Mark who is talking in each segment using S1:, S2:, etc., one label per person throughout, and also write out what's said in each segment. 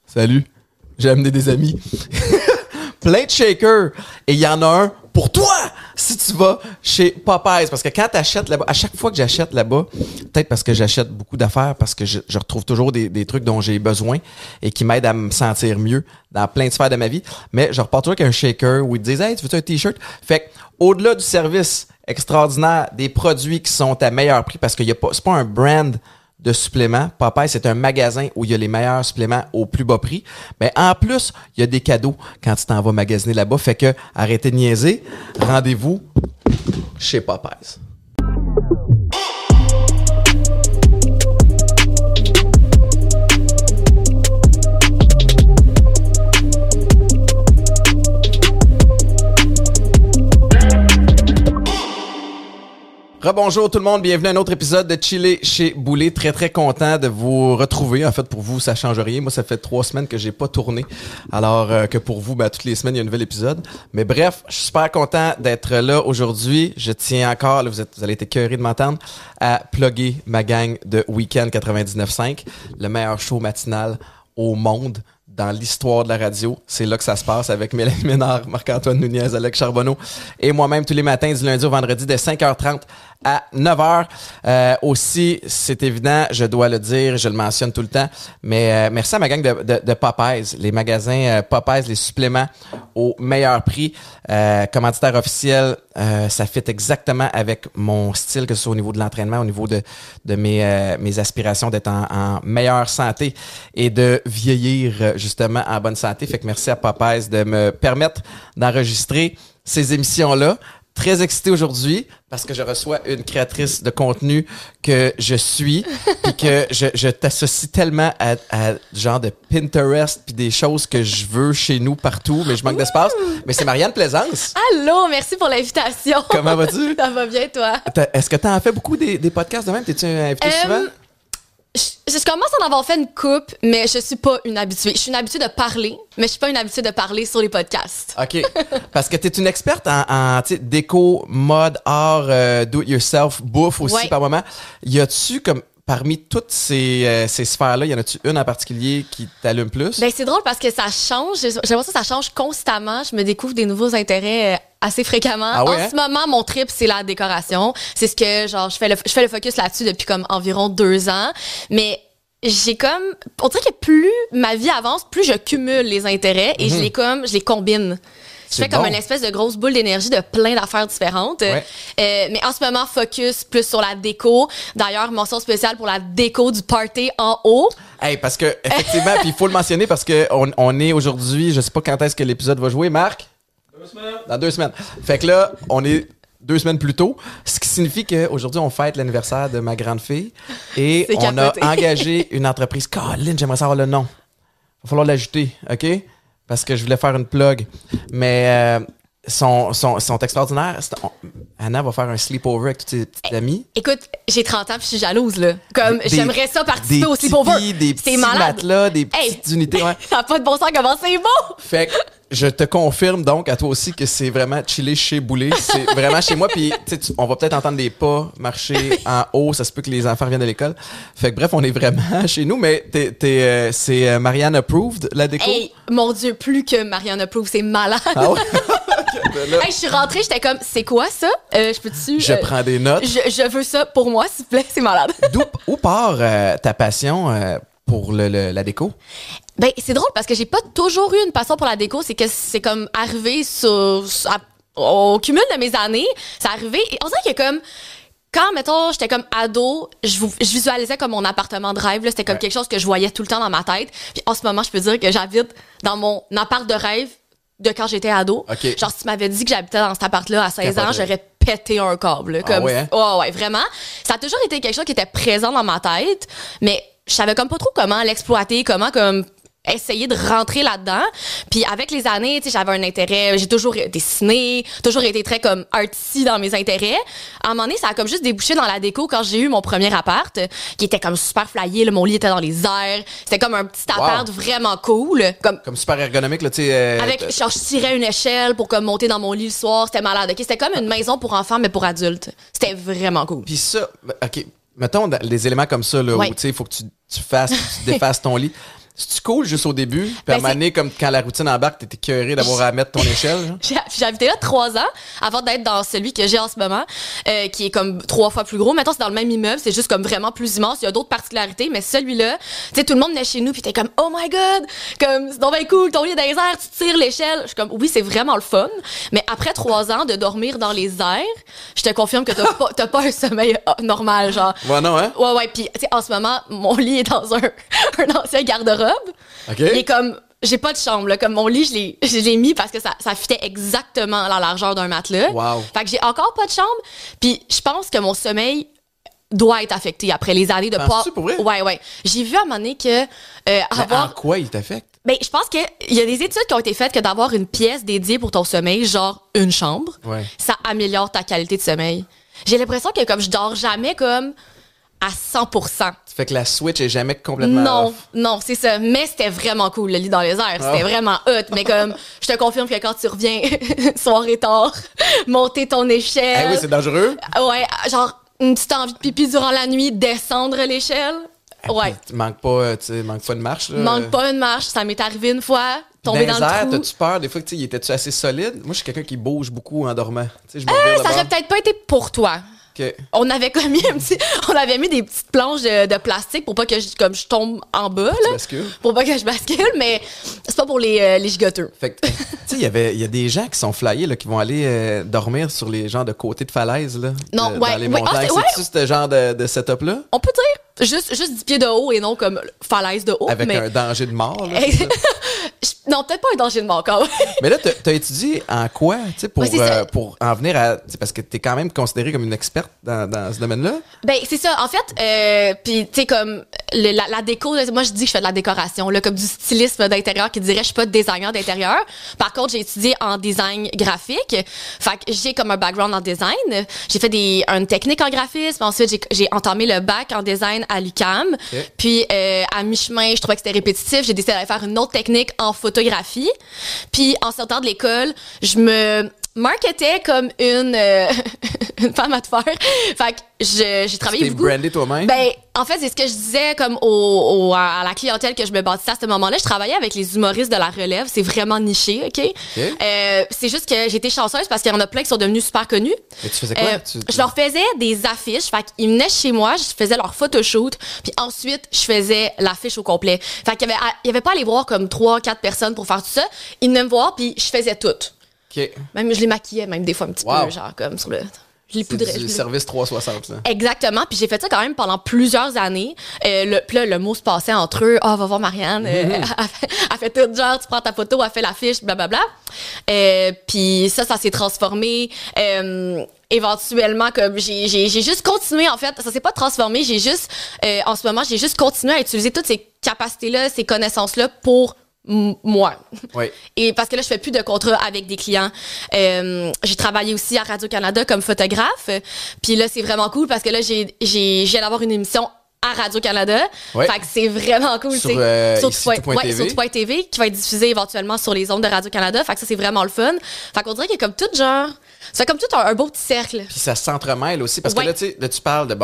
S1: Salut, j'ai amené des amis. Plein de shakers. Et il y en a un pour toi si tu vas chez Popeyes. Parce que quand tu achètes là-bas, à chaque fois que j'achète là-bas, peut-être parce que j'achète beaucoup d'affaires, parce que je retrouve toujours des trucs dont j'ai besoin et qui m'aident à me sentir mieux dans plein de sphères de ma vie. Mais je repars toujours avec un shaker où ils te disent « Hey, tu veux un t-shirt? » Fait que, au-delà du service extraordinaire, des produits qui sont à meilleur prix, parce que c'est pas un brand de suppléments. Popeyes, c'est un magasin où il y a les meilleurs suppléments au plus bas prix. Mais en plus, il y a des cadeaux quand tu t'en vas magasiner là-bas. Fait que arrêtez de niaiser. Rendez-vous chez Popeyes. Rebonjour tout le monde, bienvenue à un autre épisode de Chiller chez Boulay. Très très content de vous retrouver. En fait, pour vous, ça change rien. Moi, ça fait 3 semaines que j'ai pas tourné. Alors que pour vous, toutes les semaines, il y a un nouvel épisode. Mais bref, je suis super content d'être là aujourd'hui. Je tiens encore, là, vous allez être écœurés de m'entendre, à plugger ma gang de Weekend 99.5, le meilleur show matinal au monde. Dans l'histoire de la radio, c'est là que ça se passe avec Mélanie Ménard, Marc-Antoine Nunez, Alex Charbonneau et moi-même tous les matins du lundi au vendredi de 5h30 à 9h. Aussi, c'est évident, je dois le dire, je le mentionne tout le temps, mais merci à ma gang de Popeyes, les magasins Popeyes, les suppléments au meilleur prix. Commanditaire officiel, ça fit exactement avec mon style, que ce soit au niveau de l'entraînement, au niveau de mes aspirations d'être en meilleure santé et de vieillir justement en bonne santé. Fait que merci à Popeyes de me permettre d'enregistrer ces émissions-là. Très excité aujourd'hui parce que je reçois une créatrice de contenu que je suis puis que je t'associe tellement à genre de Pinterest puis des choses que je veux chez nous partout, mais je manque d'espace. Mais c'est Marianne Plaisance.
S2: Allô, merci pour l'invitation.
S1: Comment vas-tu?
S2: Ça va bien, toi?
S1: Est-ce que tu en fais beaucoup des podcasts de même? T'es-tu invité souvent?
S2: Je commence à en avoir fait une coupe, mais je suis pas une habituée. Je suis une habituée de parler, mais je suis pas une habituée de parler sur les podcasts. OK.
S1: Parce que tu es une experte en déco, mode, art, do-it-yourself, bouffe aussi par moment. Y a-tu comme parmi toutes ces sphères-là, y en a-tu une en particulier qui t'allume plus?
S2: Ben c'est drôle parce que ça change. J'ai l'impression que ça change constamment. Je me découvre des nouveaux intérêts assez fréquemment.
S1: Ah ouais,
S2: en ce moment, mon trip, c'est la décoration. C'est ce que, je fais le focus là-dessus depuis comme environ 2 ans. Mais j'ai comme, on dirait que plus ma vie avance, plus je cumule les intérêts et je les combine. Je fais comme une espèce de grosse boule d'énergie de plein d'affaires différentes. Ouais. Mais en ce moment, focus plus sur la déco. D'ailleurs, mention spéciale pour la déco du party en haut.
S1: Hey, parce que, effectivement, puis il faut le mentionner parce que on est aujourd'hui, je sais pas quand est-ce que l'épisode va jouer, Marc?
S3: 2 semaines.
S1: Dans 2 semaines. Fait que là, on est 2 semaines plus tôt, ce qui signifie qu'aujourd'hui, on fête l'anniversaire de ma grande fille et on a engagé une entreprise. Colin, j'aimerais savoir le nom. Il va falloir l'ajouter, OK? Parce que je voulais faire une plug. Mais sont extraordinaires. Anna va faire un sleepover avec toutes ses petites amies.
S2: Écoute, j'ai 30 ans puis je suis jalouse, là. Comme, j'aimerais ça participer au sleepover.
S1: Des petits matelas, des petites unités. Ouais.
S2: Ça n'a pas de bon sens comment c'est beau!
S1: Fait que je te confirme donc à toi aussi que c'est vraiment chiller chez Boulay. C'est vraiment chez moi. Puis on va peut-être entendre des pas marcher en haut. Ça se peut que les enfants reviennent de l'école. Fait que bref, on est vraiment chez nous. Mais c'est Marianne approved, la déco?
S2: Hey, mon Dieu, plus que Marianne approved, c'est malade. Ah ouais? Hey, je suis rentrée, j'étais comme, c'est quoi ça? Je peux-tu...
S1: Je prends des notes.
S2: Je veux ça pour moi, s'il te plaît. C'est malade.
S1: Où part ta passion pour la déco?
S2: Ben, c'est drôle parce que j'ai pas toujours eu une passion pour la déco. C'est que c'est comme arrivé au cumul de mes années. C'est arrivé. Et on dirait que comme, quand, mettons, j'étais comme ado, je visualisais comme mon appartement de rêve. Là, c'était comme quelque chose que je voyais tout le temps dans ma tête. Puis en ce moment, je peux dire que j'habite dans mon appart de rêve de quand j'étais ado. Okay. Genre, si tu m'avais dit que j'habitais dans cet appart-là à 16 ans, j'aurais pété un câble. Là, comme, ouais, vraiment. Ça a toujours été quelque chose qui était présent dans ma tête, mais je savais comme pas trop comment l'exploiter, comment comme essayer de rentrer là-dedans. Puis avec les années, tu sais, j'avais un intérêt, j'ai toujours dessiné, toujours été très comme artsy dans mes intérêts. À un moment donné, ça a comme juste débouché dans la déco quand j'ai eu mon premier appart, qui était comme super flyé, là, mon lit était dans les airs, c'était comme un petit appart vraiment cool.
S1: Comme super ergonomique, là, tu sais.
S2: Avec, genre, je tirais une échelle pour comme monter dans mon lit le soir, c'était malade. Okay? C'était comme une maison pour enfants, mais pour adultes. C'était vraiment cool.
S1: Puis ça, OK, mettons des éléments comme ça, là, où tu sais, il faut que tu fasses, tu défasses ton lit. C'est-tu cool juste au début? Puis à un
S2: Ben,
S1: moment donné, comme quand la routine embarque, t'étais écœuré d'avoir à mettre ton échelle, genre?
S2: J'ai habité là 3 ans avant d'être dans celui que j'ai en ce moment, qui est comme 3 fois plus gros. Mettons, c'est dans le même immeuble, c'est juste comme vraiment plus immense. Il y a d'autres particularités, mais celui-là, tu sais, tout le monde venait chez nous puis t'es comme, oh my god, comme, c'est donc bien cool, ton lit est dans les airs, tu tires l'échelle. Je suis comme, oui, c'est vraiment le fun. Mais après 3 ans de dormir dans les airs, je te confirme que t'as pas un sommeil normal, genre.
S1: Ouais, non, hein?
S2: Ouais, puis, tu sais, en ce moment, mon lit est dans un ancien garde-robe.
S1: OK.
S2: Il est comme, j'ai pas de chambre, là. Comme mon lit, je l'ai mis parce que ça fitait exactement la largeur d'un matelas.
S1: Wow.
S2: Fait que j'ai encore pas de chambre. Puis je pense que mon sommeil doit être affecté après les années de pas.
S1: Penses-tu pour vrai?
S2: Ouais. J'ai vu à un moment donné que
S1: Mais
S2: avoir.
S1: en quoi il t'affecte?
S2: Ben, je pense qu'il y a des études qui ont été faites que d'avoir une pièce dédiée pour ton sommeil, genre une chambre,
S1: Ouais.
S2: ça améliore ta qualité de sommeil. J'ai l'impression que comme je dors jamais comme à 100%.
S1: Ça fait que la switch est jamais complètement off.
S2: Non, c'est ça. Mais c'était vraiment cool, le lit dans les airs. C'était vraiment hot. Mais comme, je te confirme que quand tu reviens, soirée tard, monter ton échelle.
S1: Eh oui, c'est dangereux.
S2: Ouais, genre, une petite envie de pipi durant la nuit, descendre l'échelle. Ouais.
S1: Tu manques pas de marche, là.
S2: Manque pas une marche. Ça m'est arrivé une fois. Tomber dans
S1: les airs,
S2: le trou.
S1: t'as-tu peur? Des fois, tu sais, était-tu assez solide? Moi, je suis quelqu'un qui bouge beaucoup en dormant. Tu sais, je me reviens de
S2: Ça
S1: bord.
S2: aurait peut-être pas été pour toi.
S1: Ok.
S2: On avait mis des petites planches de plastique pour pas que je tombe en bas,
S1: Tu
S2: là.
S1: bascules.
S2: Pour pas que je bascule, mais c'est pas pour les gigoteux.
S1: Fait que, tu sais, il y a des gens qui sont flyés, là, qui vont aller dormir sur les genres de côtés de falaise, là.
S2: Non,
S1: dans
S2: ouais,
S1: les
S2: ouais.
S1: montagnes.
S2: Ah, ouais.
S1: C'est-tu ce genre de setup-là?
S2: On peut dire juste 10 pieds de haut et non comme falaise de haut.
S1: Avec
S2: mais...
S1: un danger de mort, là. c'est ça?
S2: Non, peut-être pas un danger de mort quand même.
S1: Mais là, t'as étudié en quoi, tu sais,
S2: Ouais, c'est ça.
S1: pour en venir à... tu sais, parce que t'es quand même considérée comme une experte dans ce domaine-là.
S2: Ben, c'est ça. En fait, puis tu sais, comme la déco, là, moi, je dis que je fais de la décoration, là, comme du stylisme d'intérieur qui dirait je suis pas designer d'intérieur. Par contre, j'ai étudié en design graphique. Fait que j'ai comme un background en design. J'ai fait une technique en graphisme. Ensuite, j'ai entamé le bac en design à l'UQAM.
S1: Ok.
S2: Puis, à mi-chemin, je trouvais que c'était répétitif. J'ai décidé d'aller faire une autre technique en photographie. Puis, en sortant de l'école, je me marketais comme une femme à te faire. Fait que j'ai travaillé
S1: T'es
S2: beaucoup.
S1: brandé toi-même?
S2: Ben, en fait, c'est ce que je disais comme à la clientèle que je me bâtissais à ce moment-là. Je travaillais avec les humoristes de la relève. C'est vraiment niché, OK? C'est juste que j'étais chanceuse parce qu'il y en a plein qui sont devenus super connus.
S1: Et tu faisais quoi?
S2: Je leur faisais des affiches. Fait qu'ils venaient chez moi, je faisais leur photoshoot. Puis ensuite, je faisais l'affiche au complet. Fait qu'il y avait pas à aller voir comme 3-4 personnes pour faire tout ça. Ils venaient me voir, puis je faisais tout.
S1: OK.
S2: Même, je les maquillais même des fois un petit
S1: Wow.
S2: peu, genre comme sur le... Je les
S1: C'est
S2: poudrais.
S1: du service 360, là.
S2: Exactement. Puis j'ai fait ça quand même pendant plusieurs années. Puis là, le mot se passait entre eux. Va voir Marianne. Elle fait tout genre, tu prends ta photo, elle fait l'affiche, blablabla. Puis ça s'est transformé. Éventuellement, comme j'ai juste continué, en fait. Ça s'est pas transformé. En ce moment, j'ai juste continué à utiliser toutes ces capacités-là, ces connaissances-là pour moi.
S1: Oui.
S2: Et parce que là, je fais plus de contrats avec des clients. J'ai travaillé aussi à Radio-Canada comme photographe. Puis là, c'est vraiment cool parce que là, je viens d'avoir une émission à Radio-Canada.
S1: Ouais.
S2: Fait que c'est vraiment cool.
S1: Sur,
S2: sur
S1: ici, tout.tv.
S2: sur tout.tv, qui va être diffusé éventuellement sur les ondes de Radio-Canada. Fait que ça, c'est vraiment le fun. Fait qu'on dirait qu'il y a comme tout genre... C'est comme tout un beau petit cercle.
S1: Puis ça s'entremêle aussi, parce que
S2: Ouais.
S1: là, tu sais, là, tu parles de,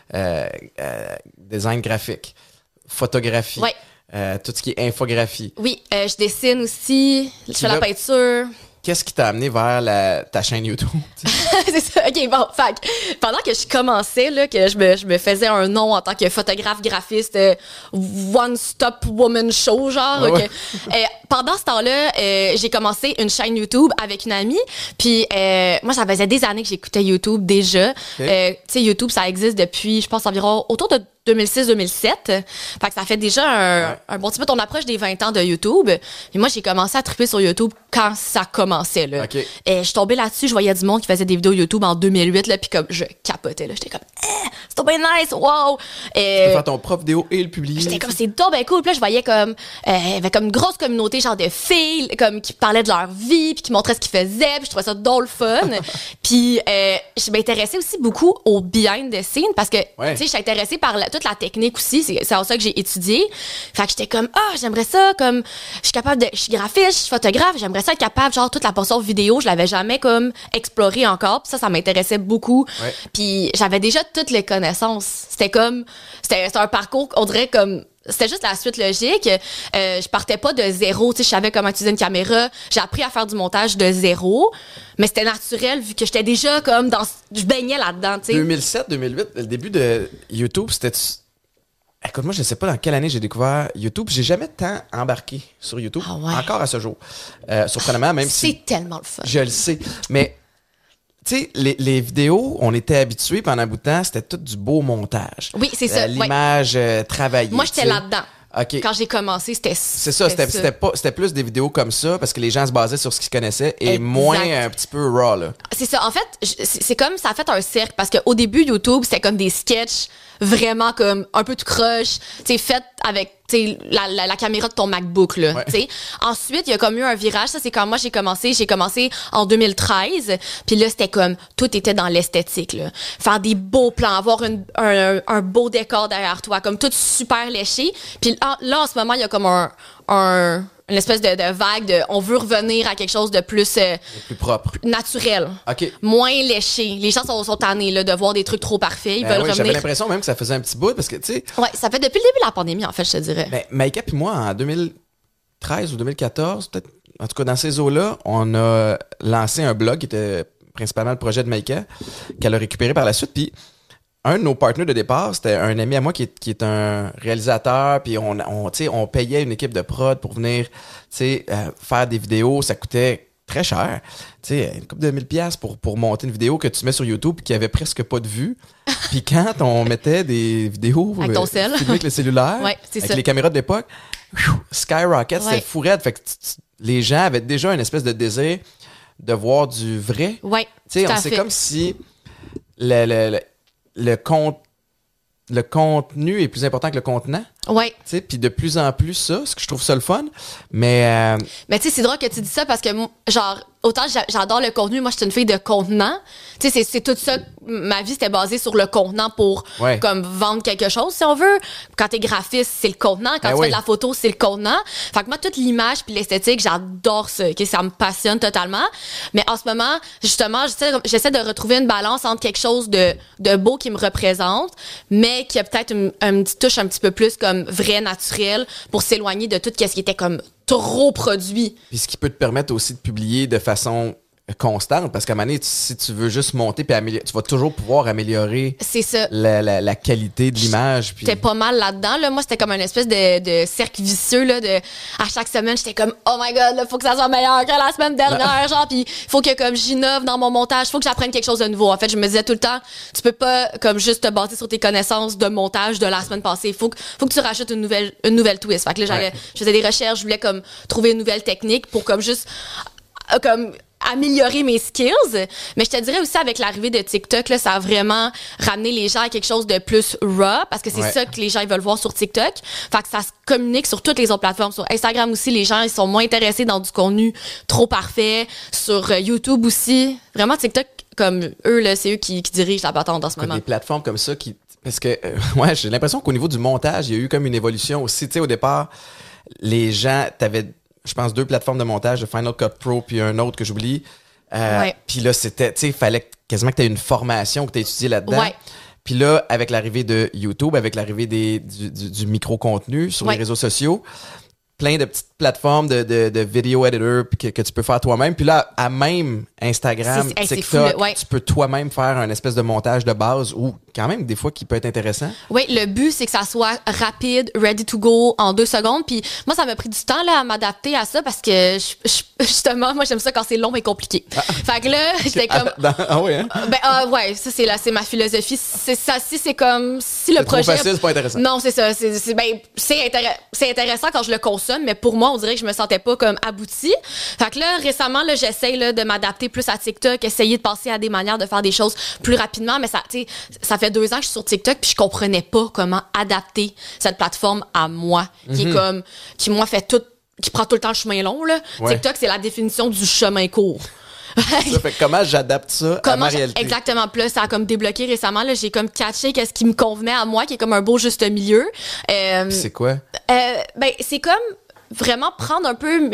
S1: design graphique, photographie,
S2: Ouais.
S1: tout ce qui est infographie.
S2: Oui, je dessine aussi. Je fais la
S1: là-
S2: peinture.
S1: Qu'est-ce qui t'a amené vers ta chaîne YouTube?
S2: C'est ça. OK, bon. Fait que pendant que je commençais, là, que je me faisais un nom en tant que photographe graphiste, One Stop Woman Show, genre.
S1: Ouais,
S2: ok. Pendant ce temps-là, j'ai commencé une chaîne YouTube avec une amie. Puis moi, ça faisait des années que j'écoutais YouTube déjà. Tu sais, YouTube, ça existe depuis, je pense, environ autour de 2006-2007. Fait que ça fait déjà un bon petit peu. On approche des 20 ans de YouTube. Et moi, j'ai commencé à triper sur YouTube quand ça commençait, là.
S1: OK.
S2: Et je suis tombée là-dessus, je voyais du monde qui faisait des vidéos YouTube en 2008, là, puis comme je capotais, là. J'étais comme, c'est trop bien nice, wow!
S1: Tu peux faire ton propre vidéo et le publier.
S2: J'étais comme, c'est trop bien cool. Puis là, je voyais comme, il y avait comme une grosse communauté, genre de filles, comme, qui parlaient de leur vie, puis qui montraient ce qu'ils faisaient, puis je trouvais ça drôle fun. Puis, je m'intéressais aussi beaucoup au behind the scenes, parce que,
S1: Ouais.
S2: tu sais, je suis intéressée par toute la technique aussi. C'est en ça que j'ai étudié. Fait que j'étais comme, j'aimerais ça, comme, je suis graphiste, je suis photographe, j'aimerais ça être capable, genre, toute la portion vidéo, je l'avais jamais, comme, explorée encore. Puis ça m'intéressait beaucoup.
S1: Ouais.
S2: Puis j'avais déjà toutes les connaissances. C'était un parcours, on dirait comme c'était juste la suite logique. Je partais pas de zéro, tu sais, je savais comment utiliser une caméra. J'ai appris à faire du montage de zéro, mais c'était naturel vu que j'étais déjà comme je baignais là-dedans, tu sais.
S1: 2007, 2008, le début de YouTube, c'était... Écoute, moi, je sais pas dans quelle année j'ai découvert YouTube. J'ai jamais tant embarqué sur YouTube, encore à ce jour. Surprenamment, même si...
S2: C'est tellement le fun.
S1: Je le sais, mais... Tu sais, les vidéos, on était habitués pendant un bout de temps, c'était tout du beau montage.
S2: Oui, c'est ça.
S1: L'image travaillée.
S2: Moi, j'étais là-dedans.
S1: Okay.
S2: Quand j'ai commencé, c'était
S1: ça. C'était plus des vidéos comme ça parce que les gens se basaient sur ce qu'ils connaissaient et moins un petit peu raw, là.
S2: C'est ça. En fait, c'est comme ça a fait un cercle parce qu'au début, YouTube, c'était comme des sketchs vraiment comme un peu tout croche, tu sais, fait avec la caméra de ton MacBook, là, tu sais. Ensuite, il y a comme eu un virage. Ça, c'est quand moi j'ai commencé en 2013. Puis là, c'était comme, tout était dans l'esthétique, là. Faire des beaux plans, avoir un beau décor derrière toi, comme tout super léché. Puis là, en ce moment, il y a comme une espèce de vague de on veut revenir à quelque chose de plus
S1: propre,
S2: naturel, moins léché. Les gens sont tannés là, de voir des trucs trop parfaits, ils veulent revenir.
S1: J'avais l'impression même que ça faisait un petit bout parce que tu sais
S2: ça fait depuis le début de la pandémie en fait, je te dirais.
S1: Ben Maïka puis moi en 2013 ou 2014 peut-être, en tout cas dans ces eaux-là, on a lancé un blog qui était principalement le projet de Maïka qu'elle a récupéré par la suite. Puis un de nos partenaires de départ, c'était un ami à moi qui est un réalisateur, puis on payait une équipe de prod pour venir faire des vidéos. Ça coûtait très cher. Une couple de 1000$ pour monter une vidéo que tu mets sur YouTube qui avait presque pas de vues. Puis quand on mettait des vidéos
S2: avec ton cell,
S1: filmées avec le cellulaire, avec les caméras de l'époque, skyrocket, c'était fou raide. Fait que les gens avaient déjà une espèce de désir de voir du vrai.
S2: Ouais,
S1: c'est comme si le contenu est plus important que le contenant.
S2: Ouais.
S1: Puis de plus en plus ça, ce que je trouve ça le fun. Mais
S2: tu sais, c'est drôle que tu dis ça parce que, genre, autant j'adore le contenu, moi, je suis une fille de contenant. Tu sais, c'est tout ça. Ma vie, c'était basé sur le contenant pour, comme, vendre quelque chose, si on veut. Quand t'es graphiste, c'est le contenant. Quand tu fais de la photo, c'est le contenant. Fait que moi, toute l'image puis l'esthétique, j'adore ça. Ça me passionne totalement. Mais en ce moment, justement, j'essaie de retrouver une balance entre quelque chose de beau qui me représente, mais qui a peut-être une petite touche un petit peu plus comme vrai, naturel, pour s'éloigner de tout ce qui était comme trop produit.
S1: Puis ce qui peut te permettre aussi de publier de façon constante, parce qu'à un moment donné, si tu veux juste monter puis améliorer, tu vas toujours pouvoir améliorer la qualité de l'image. Puis...
S2: J'étais pas mal là-dedans. Là. Moi, c'était comme une espèce de cercle vicieux. Là, à chaque semaine, j'étais comme « Oh my God, il faut que ça soit meilleur que la semaine dernière. » genre, puis il faut que comme j'innove dans mon montage, il faut que j'apprenne quelque chose de nouveau. En fait, je me disais tout le temps, tu peux pas comme juste te baser sur tes connaissances de montage de la semaine passée. Il faut que tu rajoutes une nouvelle twist. Fait que là, je faisais des recherches, je voulais comme trouver une nouvelle technique pour comme juste... comme améliorer mes skills, mais je te dirais aussi avec l'arrivée de TikTok là, ça a vraiment ramené les gens à quelque chose de plus raw parce que c'est ça que les gens ils veulent voir sur TikTok. Fait que ça se communique sur toutes les autres plateformes, sur Instagram aussi, les gens ils sont moins intéressés dans du contenu trop parfait, sur YouTube aussi. Vraiment TikTok comme eux là, c'est eux qui dirigent la patente en ce moment.
S1: Des plateformes comme ça qui parce que j'ai l'impression qu'au niveau du montage, il y a eu comme une évolution aussi, tu sais au départ, les gens t'avais je pense 2 plateformes de montage, de Final Cut Pro puis un autre que j'oublie. Puis là, c'était, tu sais, il fallait quasiment que tu aies une formation, que tu aies étudié là-dedans. Ouais. Puis là, avec l'arrivée de YouTube, avec l'arrivée du micro-contenu sur les réseaux sociaux, plein de petites plateformes de vidéo editor que tu peux faire toi-même. Puis là, à même Instagram, TikTok, tu peux toi-même faire un espèce de montage de base ou quand même des fois qui peut être intéressant.
S2: Oui, le but, c'est que ça soit rapide, ready to go en 2 secondes. Puis moi, ça m'a pris du temps là, à m'adapter à ça parce que justement, moi, j'aime ça quand c'est long et compliqué. Fait que là, j'étais comme... ouais, ça, c'est ma philosophie. C'est ça, c'est comme... Si le projet...
S1: C'est trop facile, c'est pas intéressant.
S2: Non, c'est ça. C'est intéressant quand je le consomme, mais pour moi, on dirait que je me sentais pas comme aboutie. Fait que là, récemment, là, j'essaye là, de m'adapter plus à TikTok, essayer de passer à des manières de faire des choses plus rapidement, mais ça fait 2 ans que je suis sur TikTok puis je comprenais pas comment adapter cette plateforme à moi, qui est comme, qui moi fait tout, qui prend tout le temps le chemin long, là. TikTok, c'est la définition du chemin court.
S1: Ça fait comment j'adapte ça à ma réalité.
S2: Exactement. Puis là, ça a comme débloqué récemment. Là, j'ai comme catché qu'est-ce qui me convenait à moi, qui est comme un beau juste milieu.
S1: C'est quoi?
S2: C'est comme vraiment prendre un peu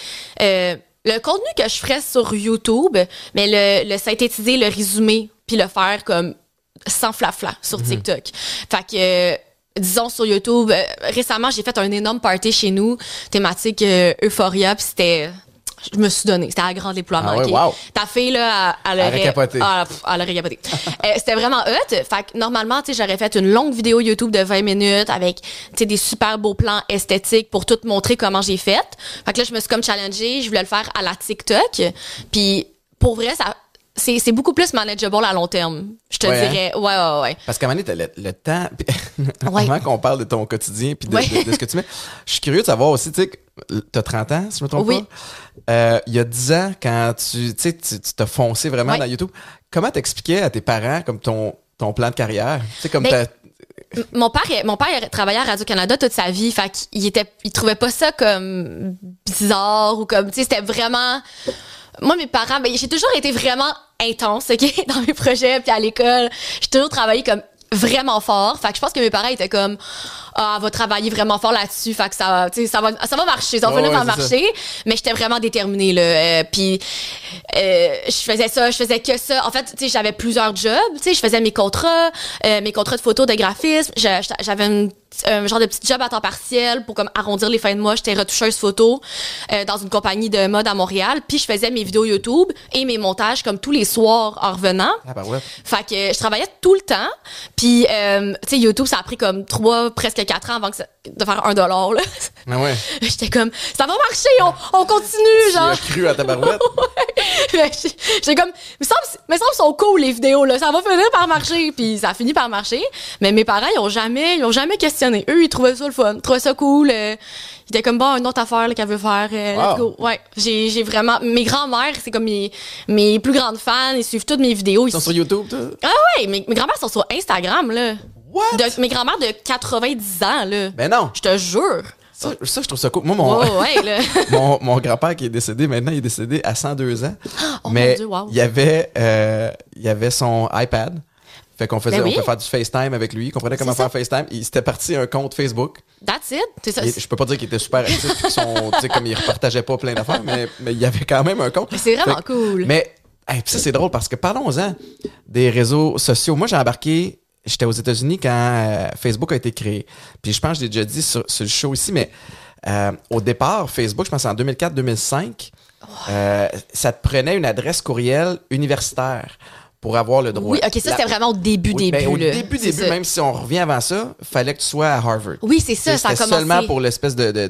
S2: le contenu que je ferais sur YouTube, mais le synthétiser, le résumer, puis le faire comme sans flafla sur TikTok. Fait que disons sur YouTube, récemment, j'ai fait un énorme party chez nous, thématique Euphoria, puis je me suis donnée. C'était à grand déploiement.
S1: Ah ouais,
S2: okay?
S1: wow.
S2: Ta fille, là, elle aurait
S1: capoté.
S2: Elle aurait capoté. C'était vraiment hot. Fait que normalement, tu sais, j'aurais fait une longue vidéo YouTube de 20 minutes avec, tu sais, des super beaux plans esthétiques pour tout montrer comment j'ai fait. Fait que là, je me suis comme challengée. Je voulais le faire à la TikTok. Puis, pour vrai, c'est beaucoup plus manageable à long terme. Je te dirais.
S1: Hein?
S2: Ouais.
S1: Parce qu'à un moment donné, t'as le temps.
S2: Ouais.
S1: Avant qu'on parle de ton quotidien puis de ce que tu mets, je suis curieux de savoir aussi, tu sais, t'as 30 ans, si je me trompe pas. Il y a 10 ans, quand tu t'as foncé vraiment dans YouTube, comment t'expliquais à tes parents comme ton plan de carrière? Tu sais, comme
S2: Mon père il travaillait à Radio-Canada toute sa vie, fait il trouvait pas ça comme bizarre ou comme, tu sais, c'était vraiment... Moi, mes parents, j'ai toujours été vraiment intense, OK, dans mes projets, puis à l'école. J'ai toujours travaillé comme vraiment fort. Fait que je pense que mes parents étaient comme, elle va travailler vraiment fort là-dessus. Fait que ça va marcher. Ça va marcher. Mais j'étais vraiment déterminée, là. Puis, je faisais que ça. En fait, tu sais, j'avais plusieurs jobs. Tu sais, je faisais mes contrats de photos, de graphisme. J'avais un genre de petit job à temps partiel pour comme arrondir les fins de mois. J'étais retoucheuse photo dans une compagnie de mode à Montréal. Puis je faisais mes vidéos YouTube et mes montages comme tous les soirs en revenant.
S1: Ah ben ouais.
S2: Fait que je travaillais tout le temps. Puis tu sais, YouTube, ça a pris comme presque 4 ans avant de faire $1 là.
S1: Ah ouais.
S2: J'étais comme, ça va marcher, on continue, genre.
S1: Tu as cru à ta barouette.
S2: Ouais. J'étais comme, me semble sont cool les vidéos là, ça va finir par marcher. Puis ça a fini par marcher. Mais mes parents, ils ont jamais questionné. Eux, ils trouvaient ça le fun, ils trouvaient ça cool. Ils étaient comme, bon, une autre affaire là, qu'elle veut faire. Let's go. Ouais, j'ai vraiment... Mes grands-mères, c'est comme mes plus grandes fans. Ils suivent toutes mes vidéos.
S1: Ils sont sur YouTube, toi?
S2: Ah ouais, mes grands-mères sont sur Instagram, là.
S1: What?
S2: Mes grands-mères de 90 ans, là.
S1: Ben non.
S2: Je te jure.
S1: Ça, je trouve ça cool. Moi,
S2: là.
S1: mon grand-père qui est décédé, maintenant, il est décédé à 102 ans.
S2: Oh
S1: mais
S2: mon Dieu, wow.
S1: il y avait son iPad. Fait qu'on on peut faire du FaceTime avec lui. Il comprenait comment faire FaceTime. Il s'était parti un compte Facebook.
S2: That's it. C'est ça.
S1: Je peux pas dire qu'il était super actif. Comme il repartageait pas plein d'affaires, mais il y avait quand même un compte.
S2: C'est vraiment cool.
S1: Mais ça, c'est drôle parce que parlons-en des réseaux sociaux. Moi, j'ai embarqué... J'étais aux États-Unis quand Facebook a été créé. Puis je pense que je l'ai déjà dit sur le show ici, mais au départ, Facebook, je pense en 2004-2005, ça te prenait une adresse courriel universitaire pour avoir le droit.
S2: Oui, OK, ça, c'était vraiment au début.
S1: Au début, même si on revient avant ça, fallait que tu sois à Harvard.
S2: Oui, c'est ça, ça a commencé.
S1: Seulement pour l'espèce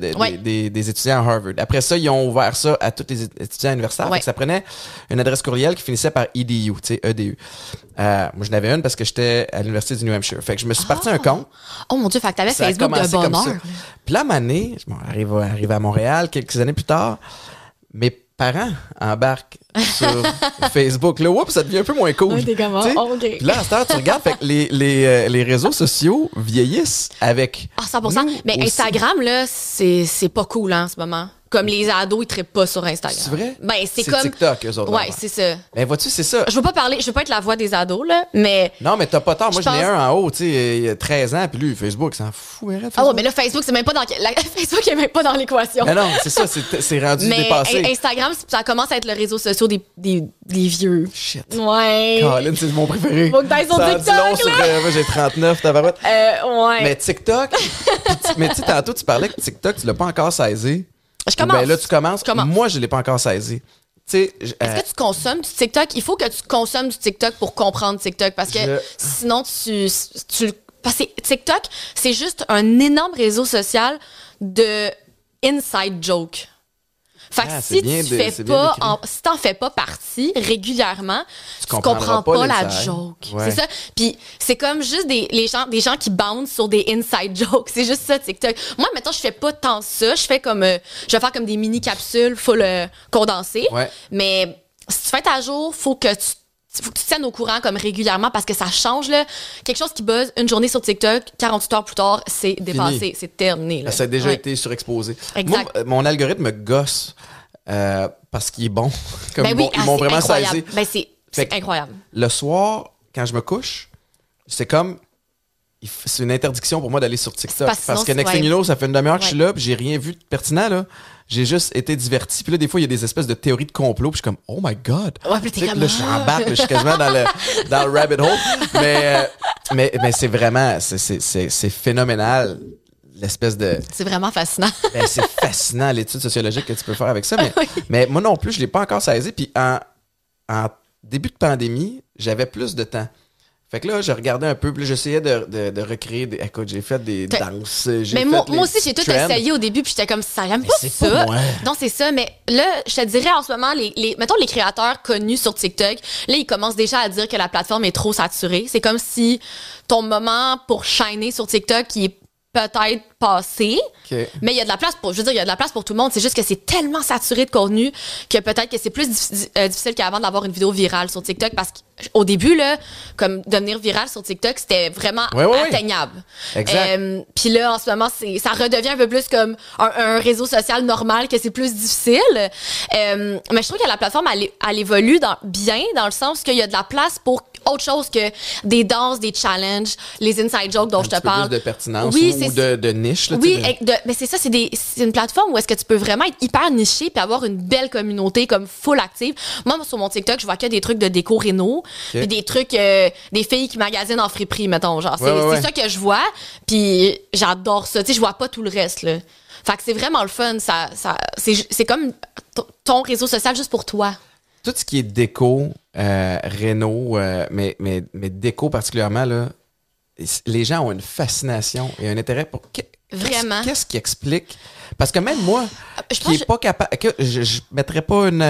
S1: des étudiants à Harvard. Après ça, ils ont ouvert ça à tous les étudiants universitaires. Fait que ça prenait une adresse courriel qui finissait par EDU, tu sais, EDU. Moi, je n'avais une parce que j'étais à l'université du New Hampshire. Fait que je me suis parti un compte.
S2: Oh mon Dieu, fait que t'avais Facebook de bonne heure.
S1: Puis là, à un moment donné, arrive à Montréal quelques années plus tard, mes parents embarquent sur Facebook. Là, ça devient un peu moins cool.
S2: T'es comment? Oh, okay.
S1: Puis là, à cette heure, tu regardes, fait que les réseaux sociaux vieillissent avec.
S2: Ah, 100%. Mais aussi. Instagram, là, c'est pas cool en ce moment. Comme les ados, ils trippent pas sur Instagram.
S1: C'est vrai?
S2: Ben, c'est comme.
S1: TikTok, eux autres.
S2: Ouais, c'est ça.
S1: Ben, vois-tu, c'est ça.
S2: Je veux pas être la voix des ados, là, mais.
S1: Non, mais t'as pas tort. Moi, j'en ai un en haut, tu sais, il a 13 ans, puis lui, Facebook, s'en fout.
S2: Ah ouais, mais là, Facebook, c'est même pas Facebook est même pas dans l'équation.
S1: Mais non, c'est ça, c'est rendu dépassé.
S2: Mais Instagram, ça commence à être le réseau social des vieux.
S1: Shit.
S2: Ouais.
S1: Colin, c'est mon préféré.
S2: Faut que t'ailles sur TikTok, là.
S1: Moi, j'ai 39, t'as pas.
S2: Ouais.
S1: Mais TikTok, mais tu sais, tantôt, tu parlais que TikTok, tu l'as pas encore saisi.
S2: Je commence.
S1: Ben là, tu commences. Moi, je l'ai pas encore saisi.
S2: Est-ce que tu consommes du TikTok? Il faut que tu consommes du TikTok pour comprendre TikTok parce que sinon, parce que TikTok, c'est juste un énorme réseau social de inside joke. Fait que si t'en fais pas partie régulièrement, tu comprends pas la joke. Ouais. C'est ça. Puis c'est comme juste des gens qui bounce sur des inside jokes. C'est juste ça, TikTok. Moi, mettons, je fais pas tant ça. Je vais faire comme des mini capsules full condensées.
S1: Ouais.
S2: Mais si tu fais à jour, faut que tu te tiennes au courant comme régulièrement parce que ça change, là. Quelque chose qui buzz une journée sur TikTok, 48 heures plus tard, c'est dépassé, c'est terminé, là.
S1: Ça a déjà été surexposé.
S2: Exact.
S1: Moi, mon algorithme me gosse parce qu'il est bon. Comme ils m'ont vraiment saisi.
S2: C'est incroyable.
S1: Le soir, quand je me couche, c'est comme c'est une interdiction pour moi d'aller sur TikTok. Parce que next thing you know, ça fait une demi-heure que je suis là, puis j'ai rien vu de pertinent, là. J'ai juste été diverti. Puis là, des fois, il y a des espèces de théories de complot. Puis je suis comme, oh my God.
S2: Ouais, puis t'es comme...
S1: Là, je j'embarque. Je suis quasiment dans le rabbit hole. Mais c'est vraiment... C'est phénoménal. L'espèce de...
S2: C'est vraiment fascinant.
S1: C'est fascinant, l'étude sociologique que tu peux faire avec ça. Mais moi non plus, je l'ai pas encore saisi. Puis en début de pandémie, j'avais plus de temps. Fait que là, je regardais un peu, puis j'essayais de recréer des... Écoute, j'ai fait des danses,
S2: mais moi aussi, j'ai tout essayé au début, puis j'étais comme, ça, j'aime pas ça. Pas moi. Non, c'est ça, mais là, je te dirais, en ce moment, mettons, les créateurs connus sur TikTok, là, ils commencent déjà à dire que la plateforme est trop saturée. C'est comme si ton moment pour shiner sur TikTok, qui est peut-être passé, mais il y a de la place pour, je veux dire, il y a de la place pour tout le monde. C'est juste que c'est tellement saturé de contenu que peut-être que c'est plus difficile qu'avant d'avoir une vidéo virale sur TikTok, parce qu'au début, là, comme devenir viral sur TikTok, c'était vraiment atteignable.
S1: Exact.
S2: Puis là, en ce moment, ça redevient un peu plus comme un réseau social normal, que c'est plus difficile. Mais je trouve que la plateforme, elle évolue bien, dans le sens qu'il y a de la place pour autre chose que des danses, des challenges, les inside jokes dont je te parle.
S1: Plus de pertinence ou de niche. Là,
S2: oui, mais c'est ça, c'est une plateforme où est-ce que tu peux vraiment être hyper niché puis avoir une belle communauté comme full active. Moi, sur mon TikTok, je vois que des trucs de déco réno, puis des trucs, des filles qui magasinent en friperie, mettons. Genre, c'est ça que je vois, puis j'adore ça. Tu sais, je vois pas tout le reste, là. Fait que c'est vraiment le fun. C'est comme ton réseau social juste pour toi.
S1: Tout ce qui est déco, réno, mais déco particulièrement, là, les gens ont une fascination et un intérêt pour...
S2: Vraiment.
S1: Qu'est-ce qui explique? Parce que même moi, qui n'est pas capable... Je mettrais pas une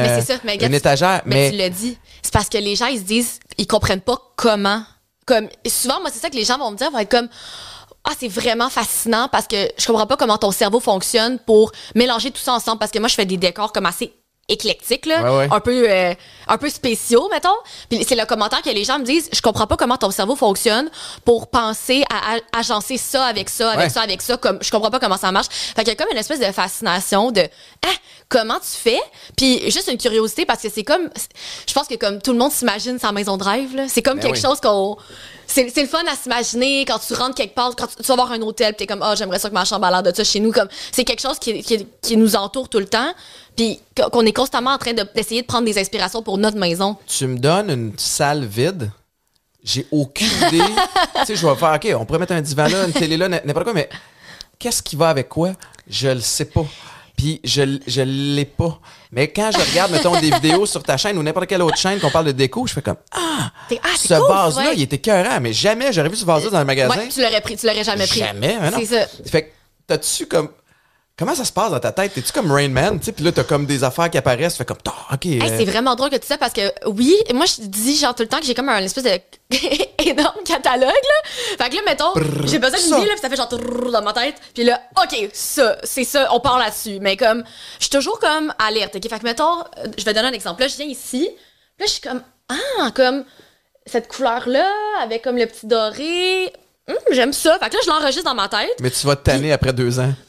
S1: étagère,
S2: mais tu l'as dit. C'est parce que les gens, ils se disent, ils comprennent pas comment. Comme, souvent, moi, c'est ça que les gens vont me dire, vont être comme... Ah, c'est vraiment fascinant parce que je comprends pas comment ton cerveau fonctionne pour mélanger tout ça ensemble, parce que moi, je fais des décors comme assez éclectiques, là, un peu spéciaux, mettons. Puis c'est le commentaire que les gens me disent, je comprends pas comment ton cerveau fonctionne pour penser à agencer ça avec ça, avec ça, comme je comprends pas comment ça marche. Fait qu'il y a comme une espèce de fascination de comment tu fais? Puis juste une curiosité, parce que c'est comme, je pense que comme tout le monde s'imagine sa maison de rêve, là. C'est comme quelque chose qu'on... C'est le fun à s'imaginer quand tu rentres quelque part, quand tu vas voir un hôtel, puis t'es comme, j'aimerais ça que ma chambre a l'air de ça chez nous. Comme, c'est quelque chose qui nous entoure tout le temps, puis qu'on est constamment en train d'essayer de prendre des inspirations pour notre maison.
S1: Tu me donnes une salle vide, j'ai aucune idée. Tu sais, je vais faire, OK, on pourrait mettre un divan là, une télé là, n'importe quoi, mais qu'est-ce qui va avec quoi? Je le sais pas. Puis je l'ai pas. Mais quand je regarde, mettons, des vidéos sur ta chaîne ou n'importe quelle autre chaîne qu'on parle de déco, je fais comme ce
S2: cool,
S1: vase-là, il était écœurant, mais jamais j'aurais vu ce vase-là dans le magasin.
S2: Ouais, tu l'aurais jamais pris.
S1: Jamais, mais non.
S2: C'est ça.
S1: Fait que t'as-tu comme... Comment ça se passe dans ta tête? T'es-tu comme Rain Man? Tu sais, puis là, t'as comme des affaires qui apparaissent. Tu fais comme, OK.
S2: C'est vraiment drôle que tu dis ça parce que, oui, moi, je dis genre tout le temps que j'ai comme un espèce de énorme catalogue, là. Fait que là, mettons, j'ai besoin d'une vie, là, puis ça fait genre dans ma tête. Puis là, OK, ça, c'est ça, on part là-dessus. Mais comme, je suis toujours comme alerte, OK? Fait que, mettons, je vais donner un exemple. Là, je viens ici, là, je suis comme, comme cette couleur-là, avec comme le petit doré. J'aime ça. Fait que là, je l'enregistre dans ma tête.
S1: Mais tu vas te tanner après 2 ans.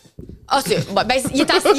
S2: Il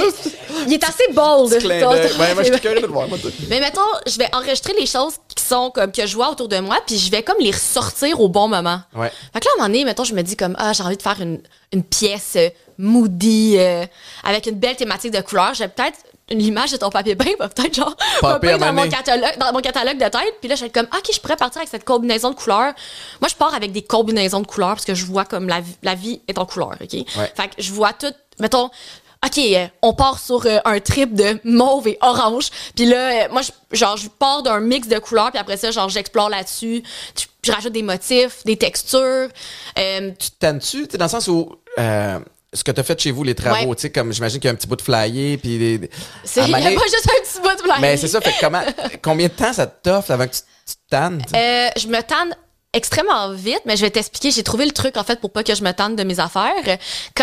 S2: est assez bold.
S1: Moi, je suis curieux de le voir.
S2: Mais mettons, je vais enregistrer les choses qui sont comme que je vois autour de moi, puis je vais comme les ressortir au bon moment.
S1: Ouais.
S2: Fait que là, à un moment donné, mettons, je me dis comme, j'ai envie de faire une pièce moody, avec une belle thématique de couleurs. J'ai peut-être l'image de ton papier peint, peut-être genre dans mon catalogue de tête. Puis là, je suis comme, OK, je pourrais partir avec cette combinaison de couleurs. Moi, je pars avec des combinaisons de couleurs parce que je vois comme la vie est en couleurs, OK?
S1: Ouais.
S2: Fait que je vois tout, mettons, OK, on part sur un trip de mauve et orange. Puis là, moi, je pars d'un mix de couleurs, puis après ça, genre, j'explore là-dessus. Je rajoute des motifs, des textures.
S1: Tu te tannes-tu? Dans le sens où... ce que tu as fait chez vous, les travaux, tu sais, comme j'imagine qu'il y a un petit bout de flyer, puis
S2: il n'y a pas juste un petit bout de flyer.
S1: Mais c'est ça, fait combien de temps ça te t'offre avant que tu te tannes?
S2: Je me tanne extrêmement vite, mais je vais t'expliquer. J'ai trouvé le truc, en fait, pour pas que je me tanne de mes affaires.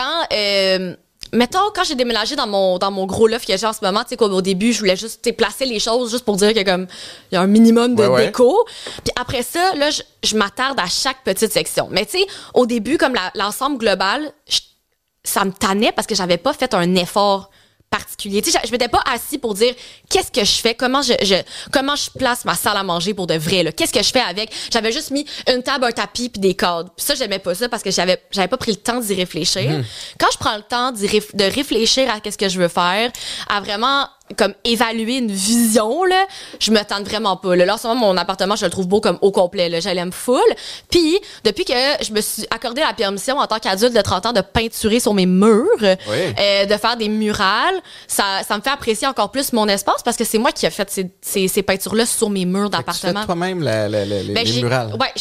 S2: Mettons, quand j'ai déménagé dans mon gros loft que j'ai en ce moment, tu sais, au début, je voulais juste placer les choses juste pour dire que comme il y a un minimum de déco. Puis après ça, là, je m'attarde à chaque petite section. Mais tu sais, au début, comme l'ensemble global, ça me tannait parce que j'avais pas fait un effort particulier. Tu sais, je m'étais pas assis pour dire qu'est-ce que je fais, comment je place ma salle à manger pour de vrai, là. Qu'est-ce que je fais avec? J'avais juste mis une table, un tapis puis des cadres. Puis ça, j'aimais pas ça parce que j'avais pas pris le temps d'y réfléchir. Quand je prends le temps de réfléchir à qu'est-ce que je veux faire, à vraiment comme évaluer une vision, là, je me tente vraiment pas. Là, en ce moment, mon appartement, je le trouve beau comme au complet, là. Je l'aime full. Puis, depuis que je me suis accordé la permission en tant qu'adulte de 30 ans de peinturer sur mes murs, de faire des murales, ça me fait apprécier encore plus mon espace parce que c'est moi qui ai fait ces peintures-là sur mes murs d'appartement.
S1: Tu fais toi-même les murales?
S2: Ouais,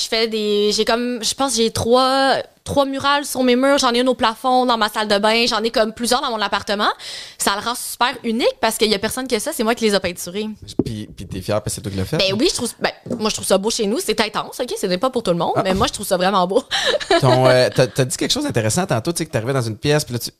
S2: je pense que j'ai trois murales sur mes murs. J'en ai une au plafond, dans ma salle de bain. J'en ai comme plusieurs dans mon appartement. Ça le rend super unique parce qu'il y a personne que ça. C'est moi qui les ai peinturés.
S1: Puis t'es fière parce que c'est toi qui l'as fait?
S2: Ben oui, moi, je trouve ça beau chez nous. C'est intense, OK? Ce n'est pas pour tout le monde, mais moi, je trouve ça vraiment beau.
S1: T'as dit quelque chose d'intéressant tantôt, tu sais, que t'arrivais dans une pièce, puis là,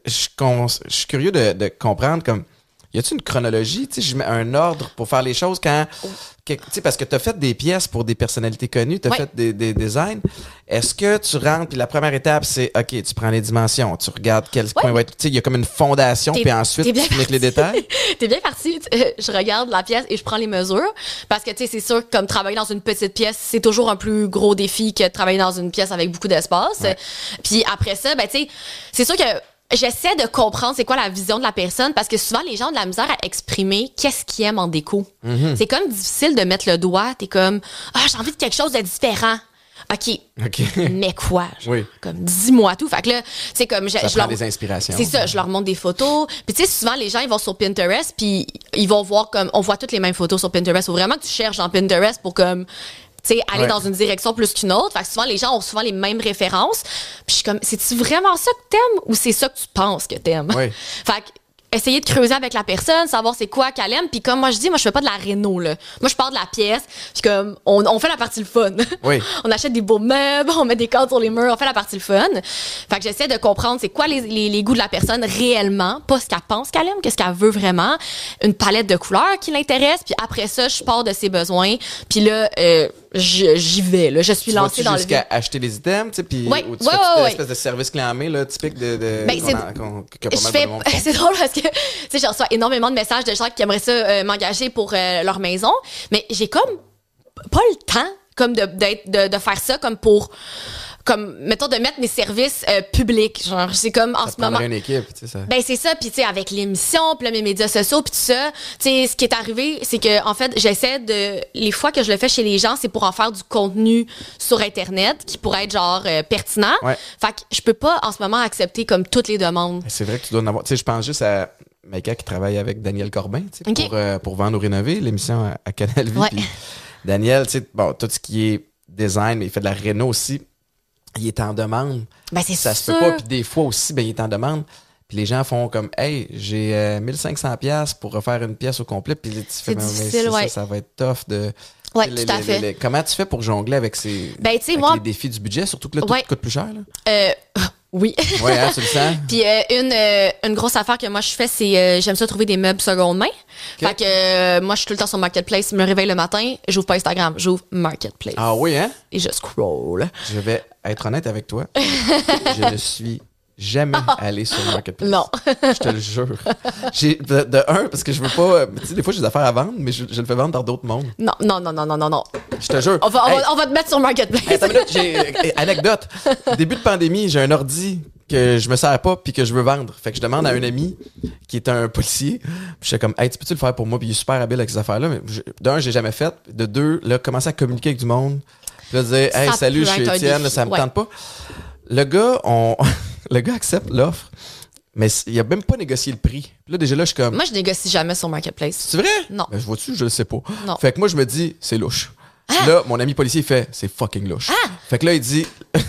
S1: je suis curieux de comprendre, comme, y a-tu une chronologie, tu sais, je mets un ordre pour faire les choses quand, tu sais, parce que t'as fait des pièces pour des personnalités connues, t'as fait des designs. Est-ce que tu rentres, puis la première étape, c'est, OK, tu prends les dimensions, tu regardes quel coin va être, tu sais, il y a comme une fondation, puis ensuite, tu finis avec les détails?
S2: T'es bien parti. Je regarde la pièce et je prends les mesures. Parce que, tu sais, c'est sûr que comme travailler dans une petite pièce, c'est toujours un plus gros défi que de travailler dans une pièce avec beaucoup d'espace. Ouais. Puis après ça, ben, tu sais, c'est sûr que j'essaie de comprendre c'est quoi la vision de la personne parce que souvent les gens ont de la misère à exprimer qu'est-ce qu'ils aiment en déco. C'est comme difficile de mettre le doigt. T'es comme j'ai envie de quelque chose de différent. OK. Mais quoi? Comme dis-moi tout. Fait que là, c'est comme
S1: je leur des inspirations.
S2: C'est ça, je leur montre des photos. Puis tu sais, souvent les gens ils vont sur Pinterest puis ils vont voir comme on voit toutes les mêmes photos sur Pinterest. Faut vraiment que tu cherches dans Pinterest pour comme aller dans une direction plus qu'une autre. Fait que souvent, les gens ont souvent les mêmes références. Puis je suis comme, c'est-tu vraiment ça que t'aimes ou c'est ça que tu penses que t'aimes? Fait que, essayer de creuser avec la personne, savoir c'est quoi qu'elle aime. Puis comme moi, je dis, moi, je fais pas de la réno, là. Moi, je pars de la pièce. Puis comme, on fait la partie le fun. On achète des beaux meubles, on met des cadres sur les murs, on fait la partie le fun. Fait que j'essaie de comprendre c'est quoi les goûts de la personne réellement, pas ce qu'elle pense qu'elle aime, qu'est-ce qu'elle veut vraiment. Une palette de couleurs qui l'intéresse. Puis après ça, je pars de ses besoins. Puis là, j'y vais, là. Je suis lancée dans le vide.
S1: Jusqu'à acheter les items, tu sais, puis tu fais une espèce de service clé en main, là, typique
S2: c'est drôle parce que, tu sais, je reçois énormément de messages de gens qui aimeraient ça m'engager pour leur maison, mais j'ai comme pas le temps, comme de faire ça, comme mettons de mettre mes services publics, genre c'est comme en ce moment
S1: une équipe, tu sais ça.
S2: Ben c'est ça, puis tu sais avec l'émission, puis mes médias sociaux, puis tout ça, tu sais ce qui est arrivé, c'est que en fait, j'essaie les fois que je le fais chez les gens, c'est pour en faire du contenu sur internet qui pourrait être genre pertinent. Fait que je peux pas en ce moment accepter comme toutes les demandes.
S1: C'est vrai que tu dois en avoir, tu sais je pense juste à Maïka qui travaille avec Daniel Corbin, tu sais pour Vendre ou rénover, l'émission à Canal Vie. Puis Daniel, tu sais bon, tout ce qui est design, mais il fait de la réno aussi. Il est en demande.
S2: Ben, c'est
S1: ça se peut pas. Puis des fois aussi, ben, il est en demande. Puis les gens font comme, hey, j'ai 1500$ pour refaire une pièce au complet. Puis tu fais, ça va être tough de.
S2: Oui, tout à fait.
S1: Comment tu fais pour jongler avec les défis du budget? Surtout que là, tout coûte plus cher. Là.
S2: Oui.
S1: Oui, hein, tu le sens.
S2: Puis une grosse affaire que moi je fais, c'est j'aime ça trouver des meubles seconde main. Fait que moi je suis tout le temps sur Marketplace. Je me réveille le matin, j'ouvre pas Instagram, j'ouvre Marketplace.
S1: Ah oui, hein?
S2: Et je scroll.
S1: Je vais être honnête avec toi. Je ne suis jamais allé sur Marketplace.
S2: Non.
S1: Je te le jure. Parce que je veux pas. Tu sais, des fois, j'ai des affaires à vendre, mais je le fais vendre par d'autres mondes.
S2: Non.
S1: Je te jure.
S2: On va te mettre sur Marketplace.
S1: Attends une minute, anecdote. Début de pandémie, j'ai un ordi que je me sers pas puis que je veux vendre. Fait que je demande à un ami qui est un policier. Puis je suis comme, hey, tu peux-tu le faire pour moi? Puis il est super habile avec ces affaires-là. Mais d'un, j'ai jamais fait. De deux, là, commencer à communiquer avec du monde. Puis là, dire, hey, salut, je suis Étienne, là, ça me tente pas. Le gars accepte l'offre, mais il a même pas négocié le prix. Puis là, déjà là, je suis comme.
S2: Moi, je négocie jamais sur Marketplace.
S1: C'est vrai?
S2: Non.
S1: Ben, je vois-tu, je le sais pas.
S2: Non.
S1: Fait que moi, je me dis, c'est louche. Là, mon ami policier, il fait, c'est fucking louche. Fait que là, il dit.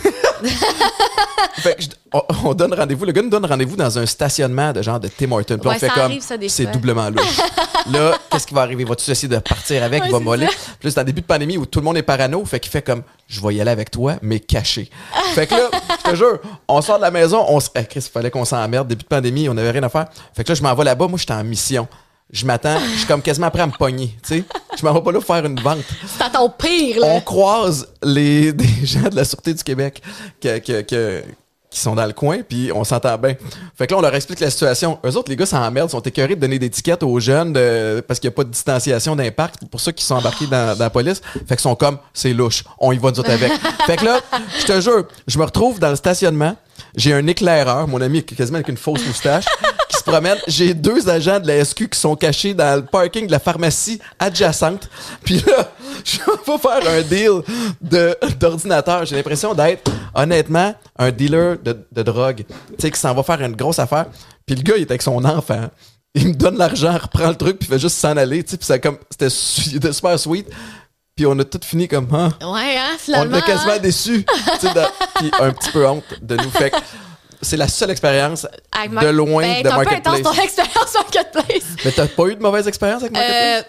S1: Fait que on donne rendez-vous. Le gars nous donne rendez-vous dans un stationnement de genre de Tim Hortons. Puis on fait comme, c'est doublement louche. Là, qu'est-ce qui va arriver? Vas-tu essayer de partir avec? Il va moller. Puis là, c'est en début de pandémie où tout le monde est parano. Fait qu'il fait comme, je vais y aller avec toi, mais caché. Fait que là, je te jure, on sort de la maison, Chris, il fallait qu'on s'emmerde. Début de pandémie, on avait rien à faire. Fait que là, je m'en vais là-bas. Moi, j'étais en mission. Je m'attends, je suis comme quasiment prêt à me pogner, tu sais. Je m'en vais pas là faire une vente.
S2: C'est à ton pire, là.
S1: On croise des gens de la Sûreté du Québec qui sont dans le coin, puis on s'entend bien. Fait que là, on leur explique la situation. Eux autres, les gars, s'emmerdent, sont écœurés de donner des tickets aux jeunes parce qu'il n'y a pas de distanciation d'impact. C'est pour ça qu'ils sont embarqués dans la police. Fait qu'ils sont comme, c'est louche, on y va nous autres avec. Fait que là, je te jure, je me retrouve dans le stationnement. J'ai un éclaireur, mon ami quasiment avec une fausse moustache, qui se promène. J'ai 2 agents de la SQ qui sont cachés dans le parking de la pharmacie adjacente. Puis là, je vais faire un deal d'ordinateur. J'ai l'impression d'être, honnêtement, un dealer de drogue. Tu sais, qui s'en va faire une grosse affaire. Puis le gars, il est avec son enfant. Il me donne l'argent, reprend le truc, puis fait juste s'en aller. Tu sais, puis c'était super sweet. Puis on a tout fini comme,
S2: Ouais, finalement.
S1: on était quasiment déçus. Puis un petit peu honte de nous. Fait que c'est la seule expérience de loin de Marketplace.
S2: T'as un peu intense ton expérience Marketplace.
S1: Mais t'as pas eu de mauvaise expérience avec Marketplace?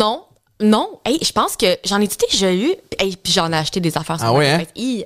S2: Non. Hey, je pense que j'en ai déjà eu. Hey, puis j'en ai acheté des affaires sur Marketplace.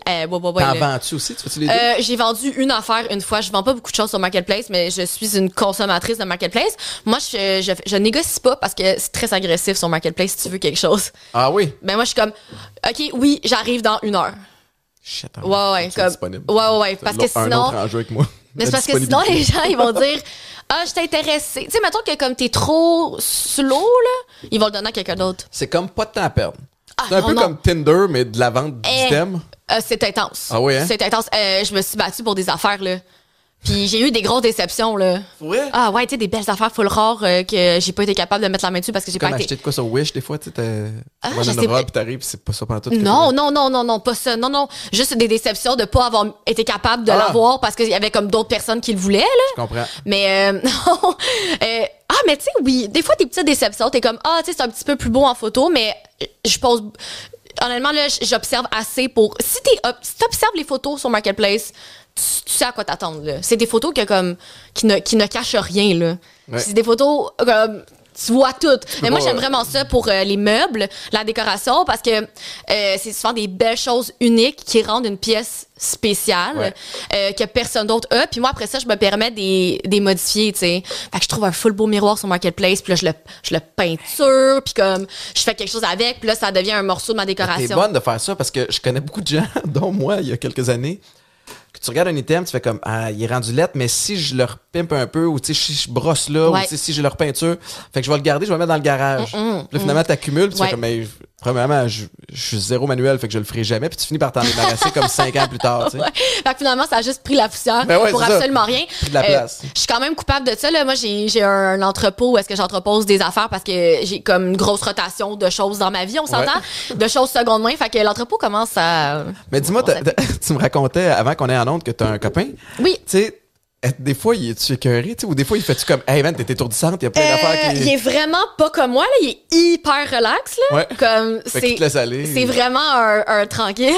S1: T'en vends-tu aussi? Tu fais-tu les deux?
S2: J'ai vendu une affaire une fois. Je vends pas beaucoup de choses sur Marketplace, mais je suis une consommatrice de Marketplace. Moi, je négocie pas parce que c'est très agressif sur Marketplace si tu veux quelque chose.
S1: Ah oui?
S2: Ben moi, je suis comme, OK, oui, j'arrive dans 1 heure.
S1: Shit,
S2: Ouais, comme.
S1: Disponible.
S2: Ouais, parce que sinon.
S1: Un autre enjeu avec moi.
S2: Mais c'est parce que sinon, les gens, ils vont dire, je t'ai intéressé. Tu sais, mettons que comme t'es trop slow, là, ils vont le donner à quelqu'un d'autre.
S1: C'est comme pas de temps à perdre. C'est un peu comme Tinder, mais de la vente d'items.
S2: C'est intense.
S1: Ah oui, hein?
S2: C'est intense. Je me suis battue pour des affaires, là. Puis j'ai eu des grosses déceptions, là.
S1: Ouais?
S2: Ah ouais, tu sais, des belles affaires full rares que j'ai pas été capable de mettre la main dessus parce que j'ai pas été...
S1: acheté de quoi sur Wish, des fois, tu sais,
S2: je
S1: une
S2: sais
S1: robe, puis t'arrives, puis c'est pas ça pendant tout.
S2: Non, pas ça. Non. Juste des déceptions de pas avoir été capable de l'avoir parce qu'il y avait comme d'autres personnes qui le voulaient, là.
S1: Je comprends.
S2: Mais non. Mais tu sais, oui, des fois, des petites déceptions, t'es comme, tu sais, c'est un petit peu plus beau en photo, mais je pose... Honnêtement, là, j'observe assez pour... Si t'observes les photos sur Marketplace, tu sais à quoi t'attendre, là. C'est des photos qui ne cachent rien, là.
S1: Ouais.
S2: C'est des photos comme... Tu vois tout. Mais moi, j'aime vraiment ça pour les meubles, la décoration, parce que c'est souvent des belles choses uniques qui rendent une pièce spéciale que personne d'autre a. Puis moi, après ça, je me permets des modifier, tu sais. Fait que je trouve un full beau miroir sur Marketplace, puis là, je le peinture, puis comme, je fais quelque chose avec, puis là, ça devient un morceau de ma décoration.
S1: C'est bonne de faire ça, parce que je connais beaucoup de gens, dont moi, il y a quelques années, que tu regardes un item, tu fais comme, il est rendu lettre, mais si je le repimpe un peu, ou tu sais, si je brosse là, ou tu sais, si je le repeinture, fait que je vais le garder, je vais le mettre dans le garage. Puis là, finalement, t'accumules, puis tu fais comme, mais, premièrement, je suis zéro manuel, fait que je le ferai jamais, puis tu finis par t'en débarrasser comme 5 ans plus tard, tu sais.
S2: Fait que finalement, ça a juste pris la poussière pour absolument rien.
S1: Pris de la place.
S2: Je suis quand même coupable de ça, là. Moi, j'ai un entrepôt où est-ce que j'entrepose des affaires parce que j'ai comme une grosse rotation de choses dans ma vie, on s'entend, de choses seconde main, fait que l'entrepôt commence à...
S1: Mais dis-moi, tu me racontais, avant qu'on ait en honte, que t'as un copain.
S2: Oui.
S1: Tu sais, des fois, il est-tu écœuré, tu sais, ou des fois, il fait-tu comme, hey man, t'es étourdissante, il y a plein d'affaires qui...
S2: Il est vraiment pas comme moi, là. Il est hyper relax, là.
S1: Ouais.
S2: Comme,
S1: fait qu'il te laisse aller.
S2: C'est vraiment un tranquille.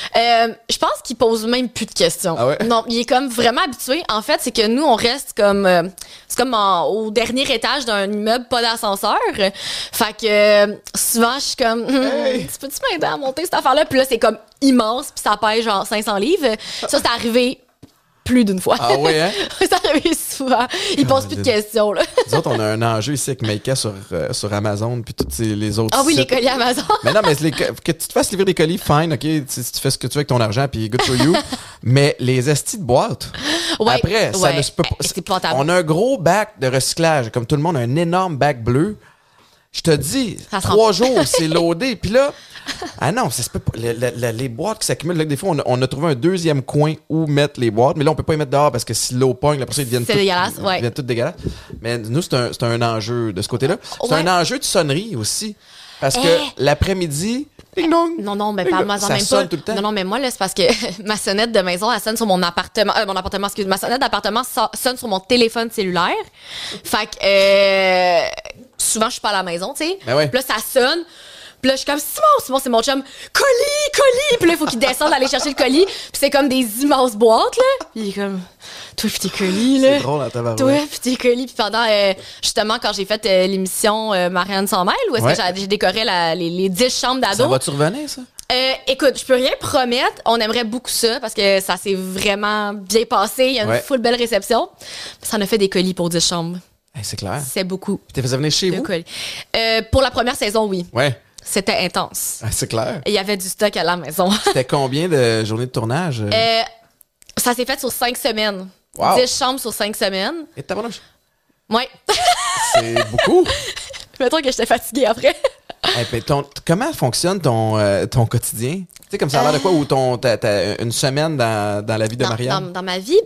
S2: Je pense qu'il pose même plus de questions.
S1: Ah ouais?
S2: Non, il est comme vraiment habitué. En fait, c'est que nous, on reste comme, c'est comme au dernier étage d'un immeuble, pas d'ascenseur. Fait que, souvent, je suis comme, tu peux-tu m'aider à monter cette affaire-là? Puis là, c'est comme immense, puis ça pèse genre 500 livres. Ça, c'est arrivé plus d'une fois.
S1: Ah oui, hein?
S2: Ça arrive souvent. Il pose plus de questions, là.
S1: Nous autres, on a un enjeu ici avec Maïka sur Amazon puis tous les autres
S2: Ah oui,
S1: sites.
S2: les colis Amazon.
S1: Mais non, mais que tu te fasses livrer des colis, fine, OK, si tu fais ce que tu veux avec ton argent puis good for you. Mais les estis de boîte, après, ça ne se peut pas.
S2: C'est pas tabou.
S1: On a un gros bac de recyclage, comme tout le monde, un énorme bac bleu. Je te dis, 3 jours, c'est loadé. Puis là, non, ça se peut pas. Les boîtes qui s'accumulent, là, des fois, on a trouvé un deuxième coin où mettre les boîtes. Mais là, on peut pas les mettre dehors parce que si l'eau pogne, après ça, ils deviennent toutes dégueulasses. Mais nous, c'est un enjeu de ce côté-là. C'est un enjeu de sonnerie aussi. Parce que l'après-midi, ding dong.
S2: Non, mais parle-moi en même
S1: ça sonne
S2: pas.
S1: tout le temps.
S2: Non, mais moi, là, c'est parce que ma sonnette de maison, elle sonne sur mon appartement. Ma sonnette d'appartement sonne sur mon téléphone cellulaire. Fait que, souvent, je suis pas à la maison, tu sais.
S1: Ben ouais.
S2: Puis là, ça sonne. Puis là, je suis comme, Simon, c'est mon chum. Colis! Puis là, il faut qu'il descende aller chercher le colis. Puis c'est comme des immenses boîtes, là. Puis il est comme, toi, pis tes colis, là.
S1: C'est drôle, en tabarouette.
S2: Toi, pis tes colis. Puis pendant, justement, quand j'ai fait l'émission Marianne sans mêle, où est-ce que j'ai décoré les 10 chambres d'ado.
S1: Ça va-tu revenir, ça?
S2: Écoute, je peux rien promettre. On aimerait beaucoup ça parce que ça s'est vraiment bien passé. Il y a une full belle réception. Ça en a fait des colis pour 10 chambres.
S1: Hey, c'est clair.
S2: C'est beaucoup.
S1: Tu t'es fait venir chez vous?
S2: Colis. Pour la première saison, oui.
S1: Ouais.
S2: C'était intense.
S1: Ah, c'est clair.
S2: Il y avait du stock à la maison.
S1: C'était combien de journées de tournage?
S2: Ça s'est fait sur 5 semaines.
S1: Wow.
S2: 10 chambres sur 5 semaines.
S1: Et tabarnouche.
S2: Ouais.
S1: C'est beaucoup.
S2: Mettons que j'étais fatiguée après.
S1: Hey, puis comment fonctionne ton quotidien? Tu sais, comme ça a l'air de quoi? Ou t'as une semaine dans la vie de Marianne?
S2: Dans ma vie,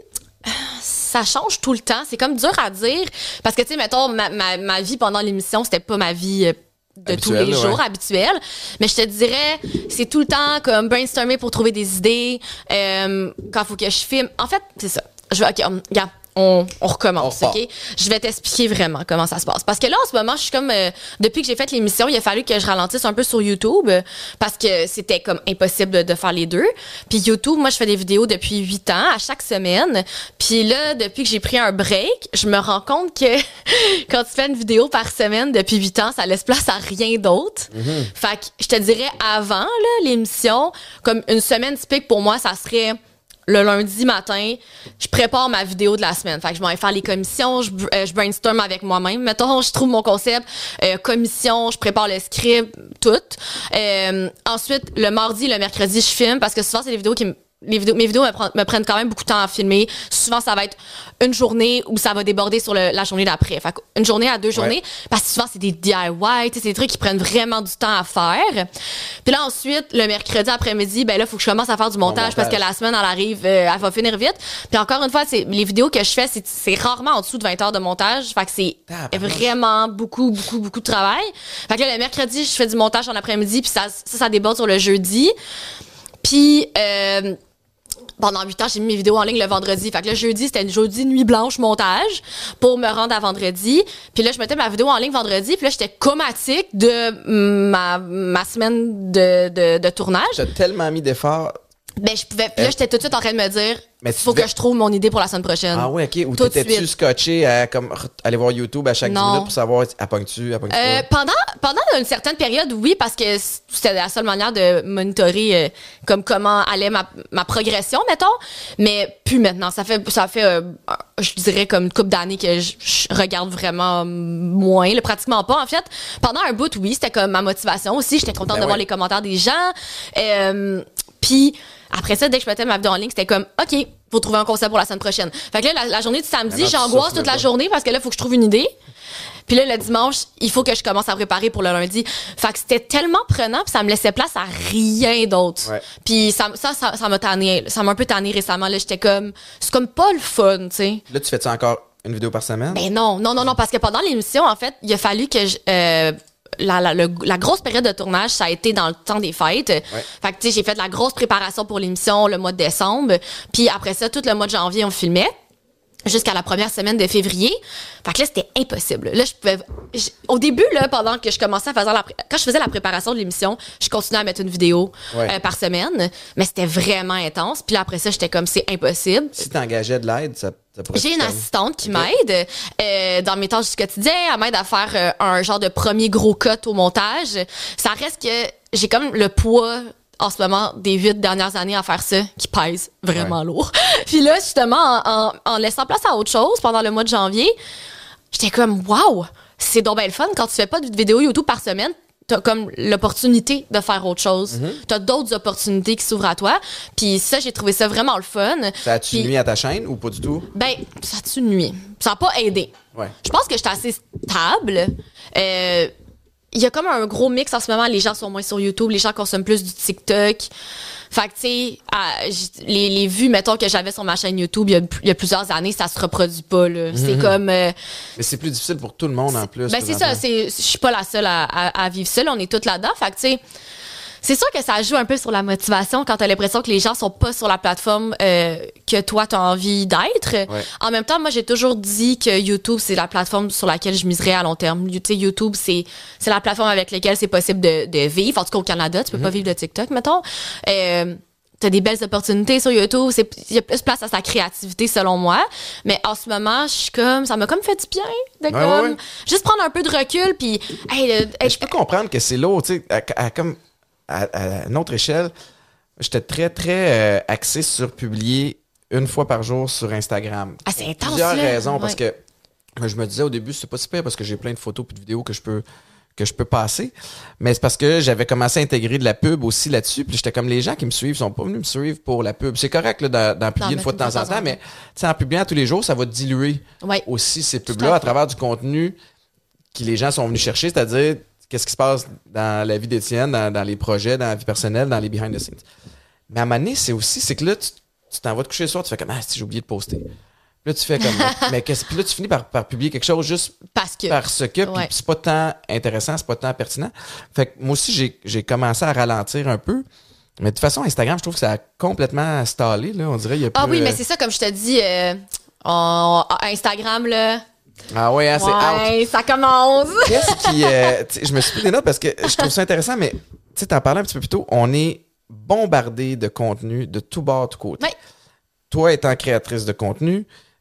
S2: ça change tout le temps. C'est comme dur à dire. Parce que, tu sais, mettons, ma vie pendant l'émission, c'était pas ma vie de
S1: habituelle,
S2: tous les jours habituelle. Mais je te dirais, c'est tout le temps comme brainstormer pour trouver des idées. Quand il faut que je filme. En fait, c'est ça. OK, regarde. On recommence, OK? Je vais t'expliquer vraiment comment ça se passe. Parce que là, en ce moment, je suis comme... depuis que j'ai fait l'émission, il a fallu que je ralentisse un peu sur YouTube parce que c'était comme impossible de faire les deux. Puis YouTube, moi, je fais des vidéos depuis 8 ans, à chaque semaine. Puis là, depuis que j'ai pris un break, je me rends compte que quand tu fais une vidéo par semaine depuis 8 ans, ça laisse place à rien d'autre. Fait que je te dirais, avant l'émission, comme une semaine typique pour moi, ça serait... Le lundi matin, je prépare ma vidéo de la semaine. Fait que je vais faire les commissions, je brainstorm avec moi-même. Mettons, je trouve mon concept, commission, je prépare le script, tout. Ensuite, le mardi, le mercredi, je filme parce que souvent, c'est des vidéos mes vidéos me prennent quand même beaucoup de temps à filmer. Souvent, ça va être une journée où ça va déborder sur la journée d'après. Fait une journée à 2 journées, parce que souvent, c'est des DIY, c'est des trucs qui prennent vraiment du temps à faire. Puis là, ensuite, le mercredi après-midi, ben là, il faut que je commence à faire du montage parce que la semaine, elle arrive, elle va finir vite. Puis encore une fois, les vidéos que je fais, c'est rarement en dessous de 20 heures de montage. Fait que c'est vraiment beaucoup de travail. Fait que là, le mercredi, je fais du montage en après-midi, puis ça déborde sur le jeudi. Puis... pendant 8 ans, j'ai mis mes vidéos en ligne le vendredi. Fait que le jeudi, c'était une jeudi nuit blanche montage pour me rendre à vendredi. Puis là, je mettais ma vidéo en ligne vendredi. Puis là, j'étais comatique de ma semaine de tournage.
S1: T'as tellement mis d'efforts.
S2: Ben, je pouvais. Puis là, j'étais tout de suite en train de me dire, faut que je trouve mon idée pour la semaine prochaine.
S1: Ah oui, OK. Ou t'étais-tu scotché à comme, aller voir YouTube à chaque 10 minutes pour savoir, appogne-tu pas?
S2: Pendant une certaine période, oui, parce que c'était la seule manière de monitorer comme comment allait ma progression, mettons. Mais plus maintenant. Ça fait je dirais, comme une couple d'années que je regarde vraiment moins, pratiquement pas, en fait. Pendant un bout, oui, c'était comme ma motivation aussi. J'étais contente de voir les commentaires des gens. Puis après ça, dès que je mettais ma vidéo en ligne, c'était comme, OK, faut trouver un concept pour la semaine prochaine. Fait que là, la journée du samedi, j'angoisse toute la journée parce que là, il faut que je trouve une idée. Puis là, le dimanche, il faut que je commence à préparer pour le lundi. Fait que c'était tellement prenant, puis ça me laissait place à rien d'autre. Ouais. Puis ça m'a tanné. Ça m'a un peu tanné récemment. Là, j'étais comme, c'est comme pas le fun, tu sais.
S1: Là, tu fais-tu encore une vidéo par semaine?
S2: Ben non, parce que pendant l'émission, en fait, il a fallu que la grosse période de tournage, ça a été dans le temps des fêtes. Ouais. Fait que, tu sais, j'ai fait de la grosse préparation pour l'émission le mois de décembre. Puis après ça, tout le mois de janvier, on filmait. Jusqu'à la première semaine de février. Fait que là, c'était impossible. Là, au début, là, pendant que je commençais quand je faisais la préparation de l'émission, je continuais à mettre une vidéo par semaine. Mais c'était vraiment intense. Puis là, après ça, j'étais comme, c'est impossible.
S1: Si t'engageais de l'aide, ça pourrait
S2: J'ai une assistante qui m'aide dans mes tâches du quotidien. Elle m'aide à faire un genre de premier gros cut au montage. Ça reste que j'ai comme le poids en ce moment des 8 dernières années à faire ça qui pèse vraiment lourd. Puis là, justement, en laissant place à autre chose pendant le mois de janvier, j'étais comme, wow, c'est donc bien le fun. Quand tu fais pas de vidéo YouTube par semaine, t'as comme l'opportunité de faire autre chose. T'as d'autres opportunités qui s'ouvrent à toi. Puis ça, j'ai trouvé ça vraiment le fun.
S1: Ça a-tu nuit à ta chaîne ou pas du tout?
S2: Ben, ça a-tu nuit? Ça n'a pas aidé. Ouais. Je pense que j'étais assez stable. Il y a comme un gros mix en ce moment. Les gens sont moins sur YouTube. Les gens consomment plus du TikTok. Fait que, tu sais, les vues, mettons, que j'avais sur ma chaîne YouTube il y a plusieurs années, ça se reproduit pas, là. C'est comme... Mais
S1: c'est plus difficile pour tout le monde, en plus.
S2: Ben, c'est ça. Je suis pas la seule à vivre seule. On est toutes là-dedans. Fait que, tu sais... C'est sûr que ça joue un peu sur la motivation quand t'as l'impression que les gens sont pas sur la plateforme que toi t'as envie d'être. Ouais. En même temps, moi j'ai toujours dit que YouTube c'est la plateforme sur laquelle je miserais à long terme. Tu sais, YouTube c'est la plateforme avec laquelle c'est possible de vivre. En tout cas au Canada, tu peux pas vivre de TikTok, mettons. T'as des belles opportunités sur YouTube. Il y a plus place à sa créativité selon moi. Mais en ce moment, je suis comme, ça m'a comme fait du bien de juste prendre un peu de recul puis.
S1: Je peux comprendre que c'est lourd, tu sais, comme à une autre échelle, j'étais très, très axé sur publier une fois par jour sur Instagram.
S2: Ah, c'est intense,
S1: plusieurs raisons, parce que je me disais au début, c'est pas si pire parce que j'ai plein de photos et de vidéos que je peux que je peux passer. Mais c'est parce que j'avais commencé à intégrer de la pub aussi là-dessus. Puis j'étais comme, les gens qui me suivent sont pas venus me suivre pour la pub. C'est correct là, d'en publier une fois de temps en temps, mais tu sais, en publiant tous les jours, ça va diluer aussi ces pubs-là à travers du contenu que les gens sont venus chercher, c'est-à-dire qu'est-ce qui se passe dans la vie d'Étienne, dans les projets, dans la vie personnelle, dans les behind the scenes. Mais à un moment donné, c'est que là, tu t'en vas te coucher le soir, tu fais comme, si j'ai oublié de poster. Puis là, tu fais comme, puis là, tu finis par publier quelque chose juste parce que puis c'est pas tant intéressant, c'est pas tant pertinent. Fait que moi aussi, j'ai commencé à ralentir un peu. Mais de toute façon, Instagram, je trouve que ça a complètement stallé, là. On dirait, il y a plus...
S2: Ah oui, mais c'est ça, comme je te dis, Instagram, là...
S1: Ah ouais, hein, c'est out.
S2: Ça commence.
S1: Qu'est-ce qui... je me suis pris des notes parce que je trouve ça intéressant, mais tu sais, t'en parlais un petit peu plus tôt, on est bombardé de contenu de tout bord, tout côté.
S2: Oui.
S1: Toi, étant créatrice de contenu,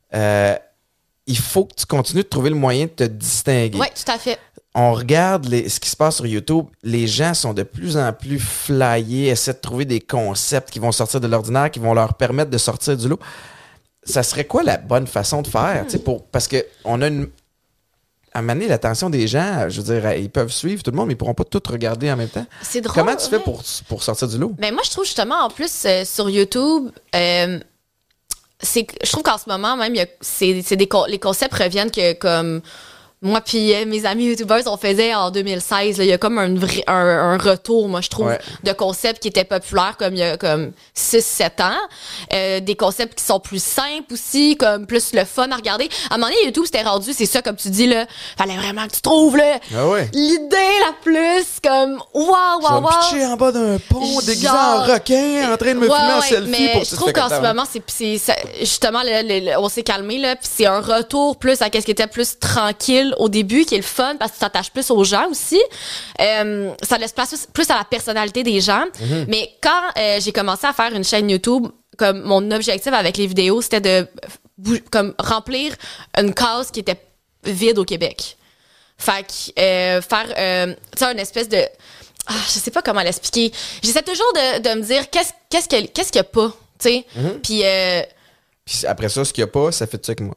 S1: il faut que tu continues de trouver le moyen de te distinguer.
S2: Oui, tout à fait.
S1: On regarde ce qui se passe sur YouTube, les gens sont de plus en plus flyés, essaient de trouver des concepts qui vont sortir de l'ordinaire, qui vont leur permettre de sortir du lot. Ça serait quoi la bonne façon de faire? Parce qu'on a à mener l'attention des gens, je veux dire, ils peuvent suivre tout le monde, mais ils pourront pas tout regarder en même temps.
S2: C'est drôle.
S1: Comment tu fais pour sortir du lot?
S2: Ben moi, je trouve justement, en plus, sur YouTube, je trouve qu'en ce moment, même, les concepts reviennent que comme... Moi puis mes amis youtubeurs, on faisait en 2016. Là, il y a comme un retour, moi, je trouve, de concepts qui étaient populaires comme il y a comme 6-7 ans. Des concepts qui sont plus simples aussi, comme plus le fun à regarder. À un moment donné, YouTube, c'était rendu, c'est ça, comme tu dis, là, fallait vraiment que tu trouves là, l'idée la plus, comme, waouh.
S1: Je vais me pitcher en bas d'un pont, déguisé en requin, en train de me filmer en selfie.
S2: Mais je trouve qu'en ce moment, justement, on s'est calmé, là, puis c'est un retour plus à qu'est-ce qui était plus tranquille au début, qui est le fun parce que tu t'attaches plus aux gens aussi. Ça laisse place plus à la personnalité des gens. Mm-hmm. Mais quand j'ai commencé à faire une chaîne YouTube, comme mon objectif avec les vidéos, c'était de comme remplir une case qui était vide au Québec. Fait que faire tu sais, une espèce de... je sais pas comment l'expliquer. J'essaie toujours de me dire qu'est-ce qu'il y a pas, tu sais. Mm-hmm. Puis
S1: après ça, ce qu'il y a pas, ça fait de ça avec moi.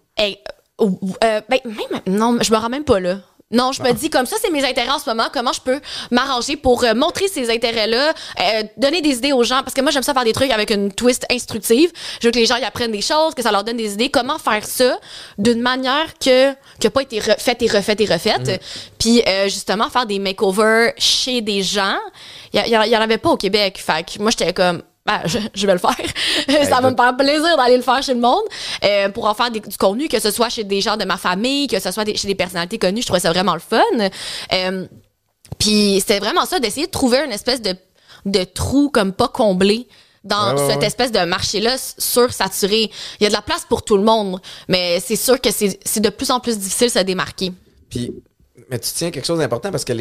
S2: Non, je me rends même pas là. Non, je me dis comme ça, c'est mes intérêts en ce moment. Comment je peux m'arranger pour montrer ces intérêts-là, donner des idées aux gens. Parce que moi, j'aime ça faire des trucs avec une twist instructive. Je veux que les gens y apprennent des choses, que ça leur donne des idées. Comment faire ça d'une manière qui n'a pas été faite et refaite. Puis justement, faire des makeovers chez des gens. Il y en avait pas au Québec. Fait que moi, j'étais comme... je vais le faire. Ça va me faire plaisir d'aller le faire chez le monde pour en faire du contenu, que ce soit chez des gens de ma famille, que ce soit chez des personnalités connues. Je trouvais ça vraiment le fun. Puis c'était vraiment ça, d'essayer de trouver une espèce de trou comme pas comblé dans cette espèce de marché-là sursaturé. Il y a de la place pour tout le monde, mais c'est sûr que c'est de plus en plus difficile de se démarquer.
S1: Puis... Mais tu tiens quelque chose d'important parce que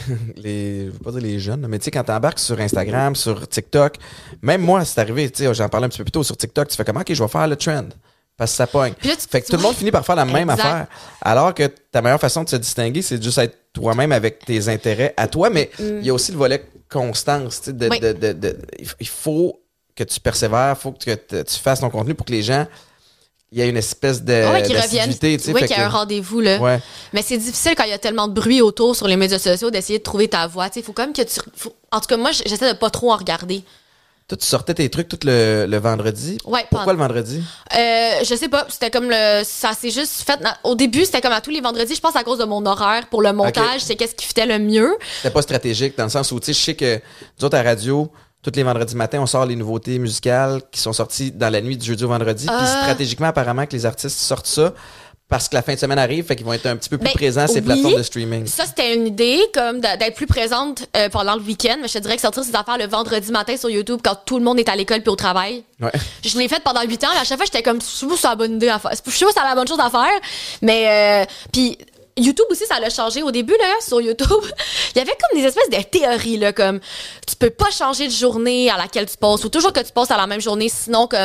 S1: je veux pas dire les jeunes, mais tu sais, quand t'embarques sur Instagram, sur TikTok, même moi, c'est arrivé, tu sais, j'en parlais un petit peu plus tôt sur TikTok, tu fais comment, OK, je vais faire le trend. Parce que ça pogne. Fait que tout le monde finit par faire la même affaire. Alors que ta meilleure façon de se distinguer, c'est de juste être toi-même avec tes intérêts à toi, mais il y a aussi le volet constance, tu sais, il faut que tu persévères, il faut que tu fasses ton contenu pour que les gens... Il y a une espèce de
S2: qui reviennent.
S1: Tu sais,
S2: qu'il y a un rendez-vous, là. Ouais. Mais c'est difficile quand il y a tellement de bruit autour sur les médias sociaux d'essayer de trouver ta voix. Il faut quand même que en tout cas, moi, j'essaie de pas trop en regarder.
S1: Toi, tu sortais tes trucs tout le vendredi.
S2: Ouais.
S1: Pourquoi le vendredi?
S2: Je sais pas. C'était comme ça s'est juste fait. Au début, c'était comme à tous les vendredis. Je pense à cause de mon horaire pour le montage. C'est qu'est-ce qui fitait le mieux.
S1: C'était pas stratégique dans le sens où, tu sais, je sais que nous autres à la radio, tous les vendredis matin, on sort les nouveautés musicales qui sont sorties dans la nuit du jeudi au vendredi. Puis stratégiquement, apparemment, que les artistes sortent ça parce que la fin de semaine arrive, fait qu'ils vont être un petit peu plus présents ces plateformes de streaming.
S2: Ça, c'était une idée, comme d'être plus présente pendant le week-end. Mais je te dirais que sortir ces affaires le vendredi matin sur YouTube quand tout le monde est à l'école puis au travail. Ouais. Je l'ai fait pendant 8 ans. Mais à chaque fois, j'étais comme, je sais pas si c'est la bonne idée à faire. Je sais pas si c'est la bonne chose à faire. Mais, puis... YouTube aussi, ça l'a changé. Au début, là, sur YouTube, il y avait comme des espèces de théories, là, comme tu peux pas changer de journée à laquelle tu passes, ou toujours que tu passes à la même journée, sinon, comme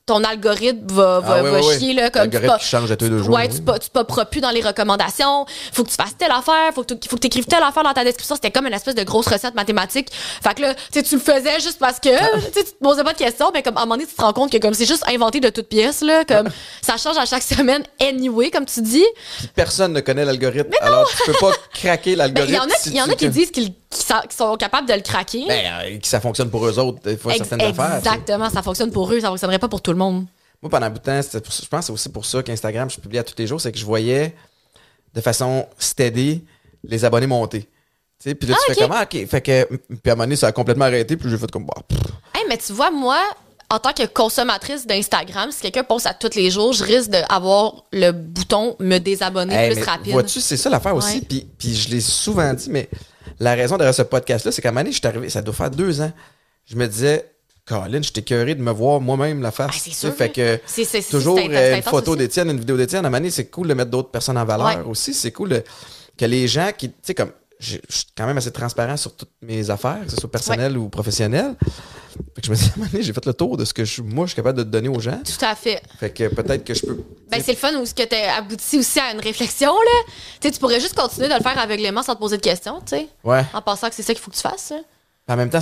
S2: ton algorithme va chier, là, comme
S1: l'algorithme qui change de tous les 2 jours.
S2: Ouais, tu popperas plus dans les recommandations. Faut que tu fasses telle affaire, faut que tu écrives telle affaire dans ta description. C'était comme une espèce de grosse recette mathématique. Fait que là, tu le faisais juste parce que, tu te posais pas de questions, mais comme, à un moment donné, tu te rends compte que comme c'est juste inventé de toutes pièces, là, comme, ça change à chaque semaine anyway, comme tu dis.
S1: Puis personne ne connaît l'algorithme. Alors, tu peux pas craquer l'algorithme.
S2: Il y en a qui disent qu'ils sont capables de le craquer.
S1: Que ça fonctionne pour eux autres, des fois, certaines affaires.
S2: Exactement, ça fonctionne pour eux, ça fonctionnerait pas pour tout le monde.
S1: Moi, pendant un bout de temps, je pense que c'est aussi pour ça qu'Instagram, je publiais à tous les jours, c'est que je voyais de façon steady les abonnés monter. Tu sais, puis là, tu fais comment? OK. Fait que, puis à un moment donné, ça a complètement arrêté, puis j'ai fait comme,
S2: Hey, mais tu vois, moi, en tant que consommatrice d'Instagram, si quelqu'un poste à tous les jours, je risque d'avoir le bouton me désabonner plus rapide.
S1: Vois-tu, c'est ça l'affaire aussi. Puis je l'ai souvent dit, mais la raison derrière ce podcast-là, c'est qu'à un moment donné, je suis arrivé, ça doit faire 2 ans. Je me disais, Colin, j'étais écœuré de me voir moi-même la face.
S2: C'est sûr.
S1: Fait que toujours une photo
S2: aussi.
S1: d'Étienne, une vidéo d'Étienne. À un moment donné, c'est cool de mettre d'autres personnes en valeur aussi. C'est cool que les gens qui, tu sais, comme, je suis quand même assez transparent sur toutes mes affaires, que ce soit personnel ou professionnel. Fait que je me dis, à un moment donné, j'ai fait le tour de ce que moi, je suis capable de donner aux gens.
S2: Tout à fait.
S1: Fait que peut-être que je peux...
S2: C'est le fun où ce que t'as abouti aussi à une réflexion, là. Tu sais, tu pourrais juste continuer de le faire aveuglément sans te poser de questions, tu sais.
S1: Ouais.
S2: En pensant que c'est ça qu'il faut que tu fasses, hein.
S1: En même temps,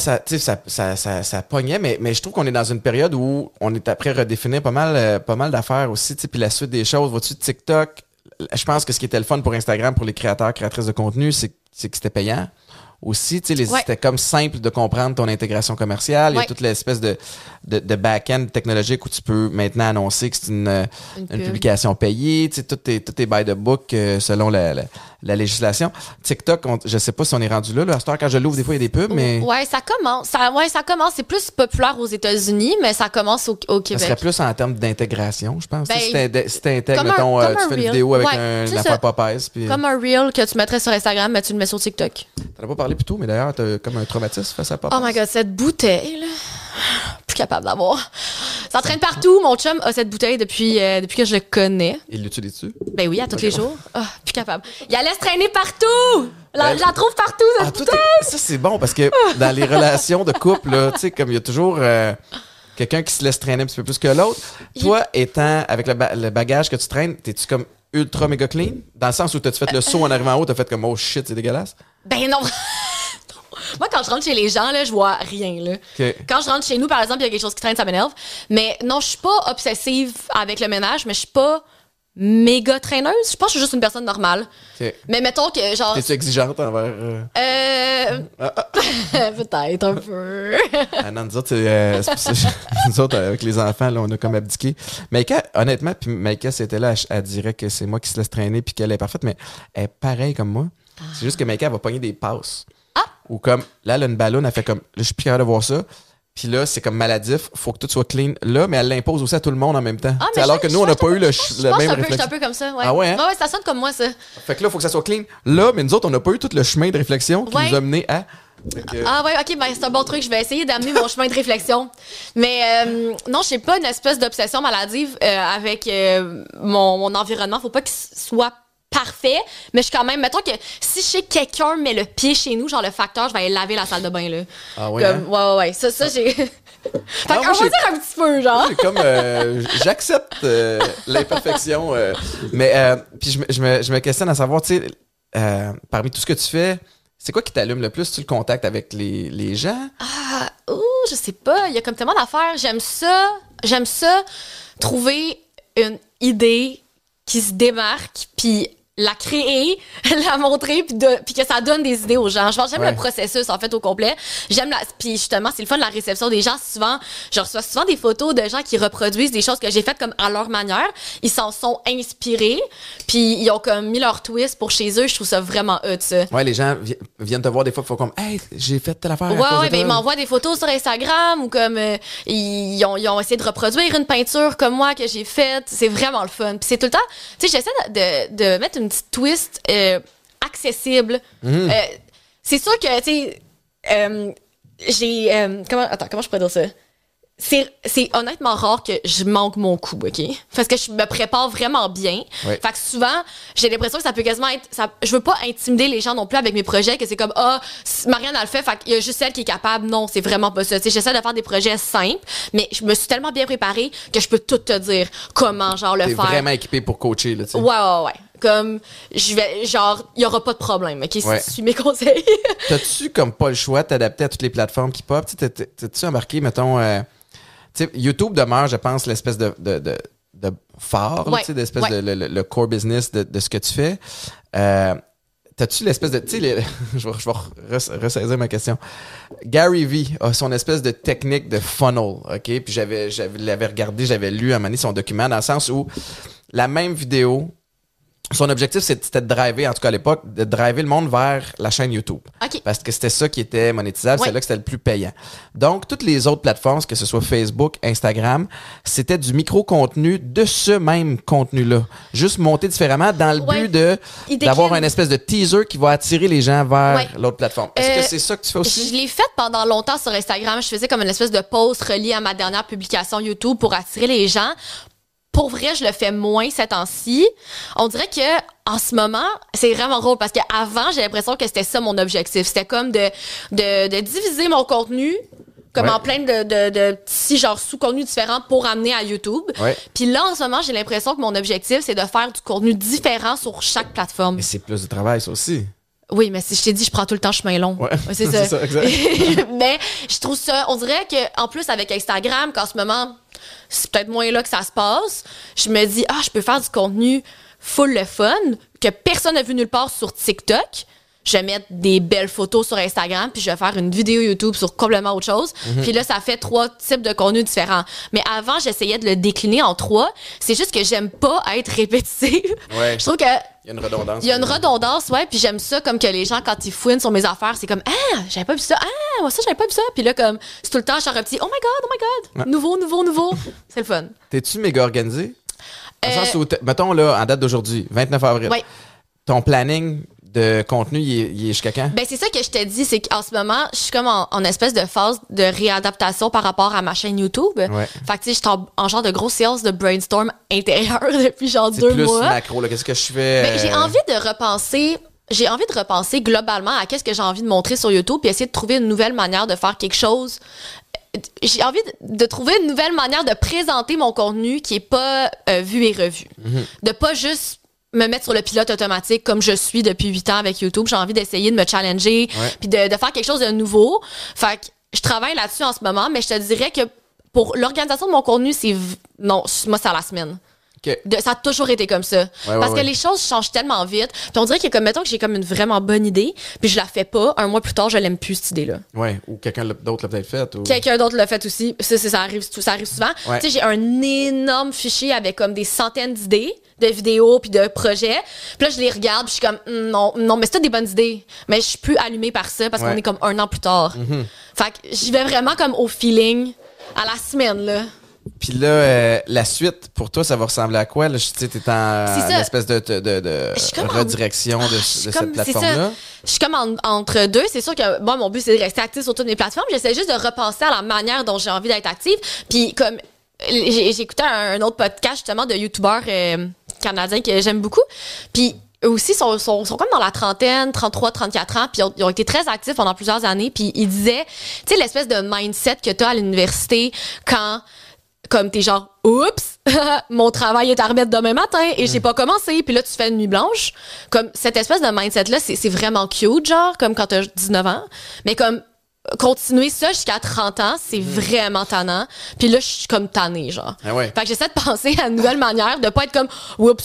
S1: ça pognait, mais je trouve qu'on est dans une période où on est après redéfinir pas mal d'affaires aussi, puis la suite des choses. Vois-tu, TikTok, je pense que ce qui était le fun pour Instagram, pour les créateurs, créatrices de contenu, c'est que c'était payant. Aussi, tu sais, c'était comme simple de comprendre ton intégration commerciale. Il y a toute l'espèce de back-end technologique où tu peux maintenant annoncer que c'est une publication payée. Tu sais, tout est by the book selon la législation. TikTok, je sais pas si on est rendu là. À cette heure, quand je l'ouvre, des fois, il y a des pubs, mais...
S2: Ouais, ça commence. Ça commence. C'est plus populaire aux États-Unis, mais ça commence au Québec.
S1: Ça serait plus en termes d'intégration, je pense.
S2: Ben,
S1: si t'intègres, mettons, tu fais une vidéo avec une affaire Popeyes. Puis...
S2: Comme un reel que tu mettrais sur Instagram, mais tu le mets sur TikTok.
S1: T'en as pas parlé plus tôt, mais d'ailleurs, t'as comme un traumatisme face à Popeyes.
S2: Oh my God, cette bouteille, là... Plus capable d'avoir. Ça traîne partout. Mon chum a cette bouteille depuis que je le connais.
S1: Il l'utilise-tu?
S2: Ben oui, à tous les jours. Plus capable. Il allait se traîner partout! Je la trouve partout, cette bouteille!
S1: Ça, c'est bon, parce que dans les relations de couple, là, tu sais, comme il y a toujours quelqu'un qui se laisse traîner un petit peu plus que l'autre. Toi, étant avec le bagage que tu traînes, t'es-tu comme ultra méga clean? Dans le sens où t'as-tu fait le saut en arrivant en haut, t'as fait comme, oh shit, c'est dégueulasse?
S2: Ben non! Moi, quand je rentre chez les gens, là, je vois rien, là.
S1: Okay.
S2: Quand je rentre chez nous, par exemple, il y a quelque chose qui traîne, ça m'énerve. Mais non, je suis pas obsessive avec le ménage, mais je suis pas méga traîneuse. Je pense que je suis juste une personne normale.
S1: Okay.
S2: Mais mettons que, genre...
S1: T'es-tu exigeante envers...
S2: Peut-être un peu.
S1: Non, nous autres, nous autres, avec les enfants, là, on a comme abdiqué. Maïka, honnêtement, puis Maïka, c'était là, elle dirait que c'est moi qui se laisse traîner puis qu'elle est parfaite, mais elle est pareille comme moi. C'est juste que Maïka, elle va pogner des passes. Ou comme, là, elle a une ballonne, elle fait comme, là, je suis plus capable de voir ça. Puis là, c'est comme maladif, faut que tout soit clean là, mais elle l'impose aussi à tout le monde en même temps. Alors que nous, on n'a pas eu le même réflexe.
S2: Je suis un peu comme ça, ouais.
S1: Ah ouais, hein?
S2: Ouais, ça sonne comme moi, ça.
S1: Fait que là, faut que ça soit clean là, mais nous autres, on n'a pas eu tout le chemin de réflexion qui nous a mené à...
S2: Ah ouais, ok, ben c'est un bon truc. Je vais essayer d'amener mon chemin de réflexion. Mais non, je sais pas, une espèce d'obsession maladive avec mon environnement. Faut pas qu'il soit parfait, mais je suis quand même, mettons que si je sais que quelqu'un met le pied chez nous, genre le facteur, je vais aller laver la salle de bain, là.
S1: Ah ouais?
S2: Comme,
S1: hein?
S2: ouais. Ça, j'ai... Fait qu'on va dire un petit peu, genre.
S1: C'est comme, j'accepte l'imperfection, mais puis je me questionne à savoir, tu sais, parmi tout ce que tu fais, c'est quoi qui t'allume le plus? Tu le contactes avec les gens?
S2: Je sais pas, il y a comme tellement d'affaires. J'aime ça, trouver une idée qui se démarque, puis la créer, la montrer, puis que ça donne des idées aux gens. J'aime le processus, en fait, au complet. Puis justement, c'est le fun de la réception des gens. Souvent, je reçois souvent des photos de gens qui reproduisent des choses que j'ai faites comme à leur manière. Ils s'en sont inspirés, puis ils ont comme mis leur twist pour chez eux. Je trouve ça vraiment hot, ça.
S1: Ouais, les gens viennent te voir des fois, il faut comme, hey, j'ai fait telle affaire.
S2: Ouais, ben ils m'envoient des photos sur Instagram ou comme ils ont essayé de reproduire une peinture comme moi que j'ai faite. C'est vraiment le fun. Puis c'est tout le temps, tu sais, j'essaie de mettre une petite twist accessible. C'est sûr que, tu sais, comment je pourrais dire ça? c'est honnêtement rare que je manque mon coup, OK? Parce que je me prépare vraiment bien.
S1: Oui.
S2: Fait que souvent, j'ai l'impression que ça peut quasiment être... je veux pas intimider les gens non plus avec mes projets, que c'est comme, Marianne a le fait qu'il y a juste elle qui est capable. Non, c'est vraiment pas ça. Tu sais, j'essaie de faire des projets simples, mais je me suis tellement bien préparée que je peux tout te dire comment, genre, le
S1: T'es
S2: faire.
S1: vraiment équipé pour coacher, là, tu sais.
S2: Ouais. Comme, il y aura pas de problème, OK?
S1: Ouais.
S2: Si tu suis mes conseils.
S1: T'as-tu comme pas le choix de t'adapter à toutes les plateformes qui pop? T'as-tu embarqué, mettons... tu sais, YouTube demeure, je pense, l'espèce de phare, là, tu sais, d'espèce de le core business de ce que tu fais. T'as-tu l'espèce de... Tu sais, je vais ressaisir ma question. Gary Vee a son espèce de technique de funnel, OK? Puis l'avais regardé, j'avais lu à un moment donné son document dans le sens où la même vidéo... Son objectif, c'était de driver, en tout cas à l'époque, de driver le monde vers la chaîne YouTube.
S2: OK.
S1: Parce que c'était ça qui était monétisable,
S2: Oui.
S1: c'est là que c'était le plus payant. Donc, toutes les autres plateformes, que ce soit Facebook, Instagram, c'était du micro-contenu de ce même contenu-là. Juste monté différemment dans le but d'avoir un espèce de teaser qui va attirer les gens vers l'autre plateforme. Est-ce que c'est ça que tu fais aussi?
S2: Je l'ai fait pendant longtemps sur Instagram. Je faisais comme une espèce de post relié à ma dernière publication YouTube pour attirer les gens. Pour vrai, je le fais moins ces temps-ci. On dirait que en ce moment, c'est vraiment drôle parce qu'avant, j'ai l'impression que c'était ça mon objectif. C'était comme de diviser mon contenu comme en plein de petits genre sous-contenus différents pour amener à YouTube.
S1: Ouais.
S2: Puis là, en ce moment, j'ai l'impression que mon objectif, c'est de faire du contenu différent sur chaque plateforme.
S1: Mais c'est plus de travail, ça aussi.
S2: Oui, mais si je t'ai dit, je prends tout le temps chemin long.
S1: Ouais.
S2: C'est ça.
S1: C'est ça, exact.
S2: Mais je trouve ça, on dirait que en plus avec Instagram, qu'en ce moment, c'est peut-être moins là que ça se passe, je me dis, je peux faire du contenu full le fun, que personne n'a vu nulle part sur TikTok. Je vais mettre des belles photos sur Instagram, puis je vais faire une vidéo YouTube sur complètement autre chose. Puis là, ça fait 3 types de contenus différents. Mais avant, j'essayais de le décliner en 3. C'est juste que j'aime pas être répétitive.
S1: Ouais.
S2: Je trouve que
S1: Il y a une redondance.
S2: il y a une redondance, ouais, puis j'aime ça comme que les gens, quand ils fouinent sur mes affaires, c'est comme, j'avais pas vu ça, moi ça, j'avais pas vu ça. Puis là, comme, c'est tout le temps, genre un petit, oh my god, nouveau. C'est le fun.
S1: T'es-tu méga organisé? Dans le sens où, mettons, là, en date d'aujourd'hui, 29 avril,
S2: Ouais.
S1: ton planning de contenu, il est jusqu'à quand?
S2: Ben, c'est ça que je te dis, c'est qu'en ce moment, je suis comme en espèce de phase de réadaptation par rapport à ma chaîne YouTube.
S1: Ouais.
S2: Fait que, tu sais, je suis en genre de grosse séance de brainstorm intérieur depuis genre
S1: C'est
S2: 2
S1: plus
S2: mois.
S1: macro, là. Qu'est-ce que je fais?
S2: Ben, j'ai envie de repenser globalement à qu'est-ce que j'ai envie de montrer sur YouTube puis essayer de trouver une nouvelle manière de faire quelque chose. J'ai envie de trouver une nouvelle manière de présenter mon contenu qui est pas vu et revu. De pas juste me mettre sur le pilote automatique comme je suis depuis 8 ans avec YouTube. J'ai envie d'essayer de me challenger puis de faire quelque chose de nouveau. Fait que je travaille là-dessus en ce moment, mais je te dirais que pour l'organisation de mon contenu, non, moi, c'est à la semaine.
S1: Okay.
S2: Ça a toujours été comme ça. Parce que les choses changent tellement vite. Puis on dirait que, comme, mettons que j'ai comme une vraiment bonne idée, puis je la fais pas, un mois plus tard, je l'aime plus, cette idée-là.
S1: Ouais, ou quelqu'un d'autre l'a peut-être fait. Ou...
S2: Quelqu'un d'autre l'a fait aussi. Ça arrive souvent.
S1: Ouais.
S2: Tu sais, j'ai un énorme fichier avec comme des centaines d'idées, de vidéos puis de projets. Puis là, je les regarde, puis je suis comme, non, mais c'est toutes des bonnes idées. Mais je suis plus allumée par ça parce qu'on est comme 1 an plus tard. Fait que j'y vais vraiment comme au feeling, à la semaine, là.
S1: Puis là, la suite, pour toi, ça va ressembler à quoi? Là, tu sais, t'es en espèce de redirection de cette plateforme-là.
S2: Je suis comme entre deux. C'est sûr que moi, mon but, c'est de rester active sur toutes mes plateformes. J'essaie juste de repenser à la manière dont j'ai envie d'être active. Puis comme j'ai écouté un autre podcast, justement, de youtubeurs canadiens que j'aime beaucoup. Puis eux aussi sont comme dans la trentaine, 33, 34 ans, puis ils ont été très actifs pendant plusieurs années. Puis ils disaient, tu sais, l'espèce de mindset que t'as à l'université quand... Comme t'es genre, oups, mon travail est à remettre demain matin et j'ai pas commencé. Puis là, tu fais une nuit blanche. Comme cette espèce de mindset-là, c'est vraiment cute, genre, comme quand t'as 19 ans. Mais comme, continuer ça jusqu'à 30 ans, c'est vraiment tannant. Puis là, je suis comme tannée, genre.
S1: Ah ouais.
S2: Fait que j'essaie de penser à une nouvelle manière, de pas être comme, oups,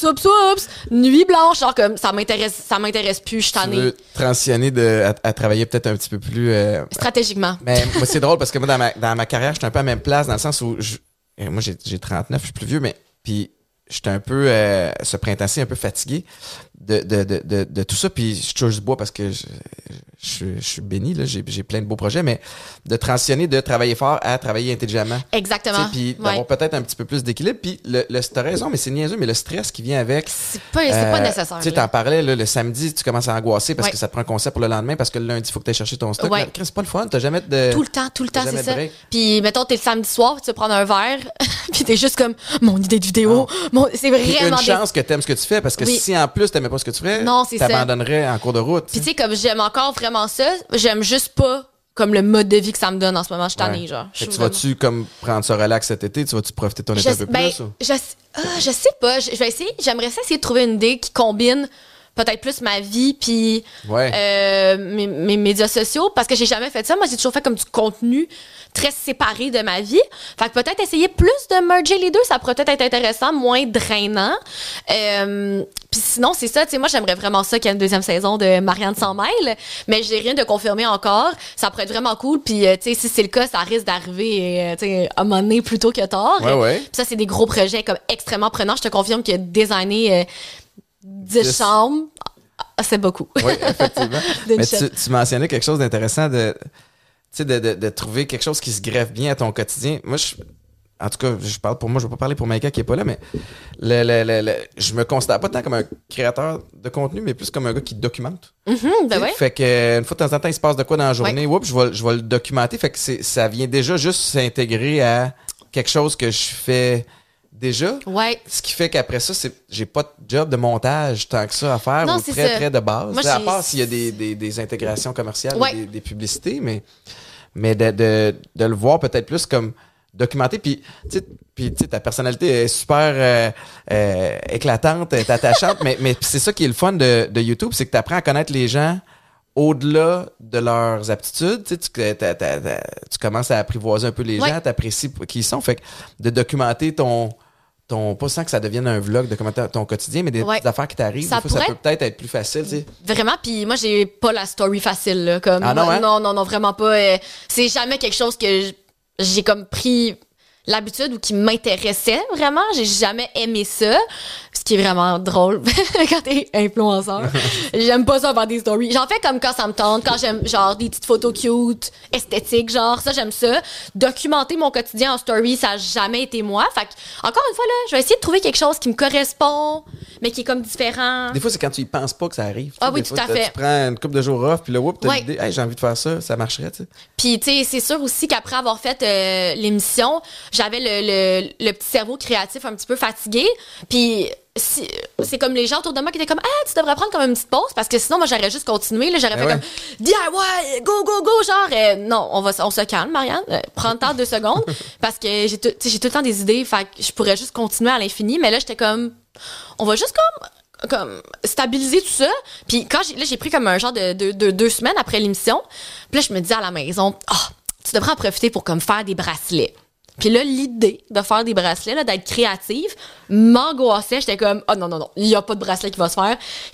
S2: nuit blanche, genre comme, ça m'intéresse plus, je suis tannée.
S1: Tu veux transitionner à travailler peut-être un petit peu plus...
S2: stratégiquement.
S1: Mais moi, c'est drôle parce que moi, dans ma carrière, j'étais un peu à la même place, dans le sens où... Moi, j'ai 39, je suis plus vieux, mais puis j'étais un peu, ce printemps-ci, un peu fatigué de tout ça. Puis je touche du bois parce que je suis béni, là, j'ai plein de beaux projets, mais de transitionner de travailler fort à travailler intelligemment.
S2: Exactement.
S1: Puis d'avoir peut-être un petit peu plus d'équilibre. Puis t'as raison, mais c'est niaiseux, mais le stress qui vient avec.
S2: C'est pas nécessaire.
S1: Tu sais, t'en parlais, là, le samedi, tu commences à angoisser parce que ça te prend un concept pour le lendemain, parce que le lundi, il faut que tu ailles chercher ton stock. Mais, c'est pas le fun, t'as jamais de.
S2: Tout le temps, c'est ça. Puis mettons, t'es le samedi soir, tu vas prendre un verre, puis t'es juste comme, mon idée de vidéo. C'est vraiment.
S1: Une chance que t'aimes ce que tu fais, parce que si en plus t'aimais pas ce que tu fais, t'abandonnerais en cours de route.
S2: Puis tu sais, comme j'aime encore vraiment ça, j'aime juste pas comme le mode de vie que ça me donne en ce moment. Je suis tannée, genre.
S1: Tu vas-tu comme prendre ça relax cet été? Tu vas-tu profiter de ton été un peu plus? Ou?
S2: Je sais pas. Je vais essayer. J'aimerais ça essayer de trouver une idée qui combine peut-être plus ma vie puis mes médias sociaux, parce que j'ai jamais fait ça. Moi, j'ai toujours fait comme du contenu très séparé de ma vie. Fait que peut-être essayer plus de merger les deux, ça pourrait peut-être être intéressant, moins drainant. Puis sinon, c'est ça, tu sais, moi, j'aimerais vraiment ça qu'il y ait une deuxième saison de Marianne 100 miles, mais j'ai rien de confirmé encore. Ça pourrait être vraiment cool, puis tu sais, si c'est le cas, ça risque d'arriver, tu sais, à un moment donné plus tôt que tard. Puis ça, c'est des gros projets comme extrêmement prenants. Je te confirme que designer 10 chambres, c'est beaucoup.
S1: Oui, effectivement. Mais tu mentionnais quelque chose d'intéressant de trouver quelque chose qui se greffe bien à ton quotidien. Moi, en tout cas, je parle pour moi, je vais pas parler pour Maïka qui est pas là, mais je me considère pas tant comme un créateur de contenu, mais plus comme un gars qui documente. Fait que une fois de temps en temps, il se passe de quoi dans la journée, je vais le documenter. Fait que ça vient déjà juste s'intégrer à quelque chose que je fais déjà. Ce qui fait qu'après ça, j'ai pas de job de montage tant que ça à faire, ou très de base. Moi, à part s'il y a des intégrations commerciales, des publicités, mais de le voir peut-être plus comme documenté. Puis tu sais, ta personnalité est super éclatante, est attachante, mais c'est ça qui est le fun de YouTube, c'est que tu apprends à connaître les gens au-delà de leurs aptitudes. Tu commences à apprivoiser un peu les gens, t'apprécies qui ils sont. Fait que de documenter ton pas sans que ça devienne un vlog, de commenter ton quotidien, mais des petites affaires qui t'arrivent, ça peut peut-être être plus facile, tu sais.
S2: Vraiment, puis moi, j'ai pas la story facile, là. Comme, non, vraiment pas. C'est jamais quelque chose que j'ai comme pris l'habitude ou qui m'intéressait vraiment. J'ai jamais aimé ça. Ce qui est vraiment drôle quand t'es influenceur. J'aime pas ça faire des stories. J'en fais comme quand ça me tente, quand j'aime genre des petites photos cute, esthétiques, genre ça, j'aime ça. Documenter mon quotidien en story, ça a jamais été moi. Fait que, encore une fois, là, je vais essayer de trouver quelque chose qui me correspond, mais qui est comme différent.
S1: Des fois, c'est quand tu y penses pas que ça arrive.
S2: Ah oui, tout à fait.
S1: Tu prends une couple de jours off, puis là, t'as l'idée, hey, j'ai envie de faire ça, ça marcherait, tu sais.
S2: Puis, tu sais, c'est sûr aussi qu'après avoir fait l'émission, j'avais le petit cerveau créatif un petit peu fatigué. Puis, c'est comme les gens autour de moi qui étaient comme, tu devrais prendre comme une petite pause, parce que sinon, moi, j'aurais juste continué. Là, j'aurais fait comme, DIY, go, go, go, genre, non, on se calme, Marianne. Prends le temps 2 secondes, parce que j'ai tout le temps des idées, fait que je pourrais juste continuer à l'infini. Mais là, j'étais comme, on va juste comme stabiliser tout ça. Puis quand j'ai pris comme un genre de 2 semaines après l'émission, puis là, je me disais à la maison, tu devrais en profiter pour comme faire des bracelets. Puis là, l'idée de faire des bracelets, là, d'être créative, m'angoissait. J'étais comme, non, il y a pas de bracelet qui va se faire.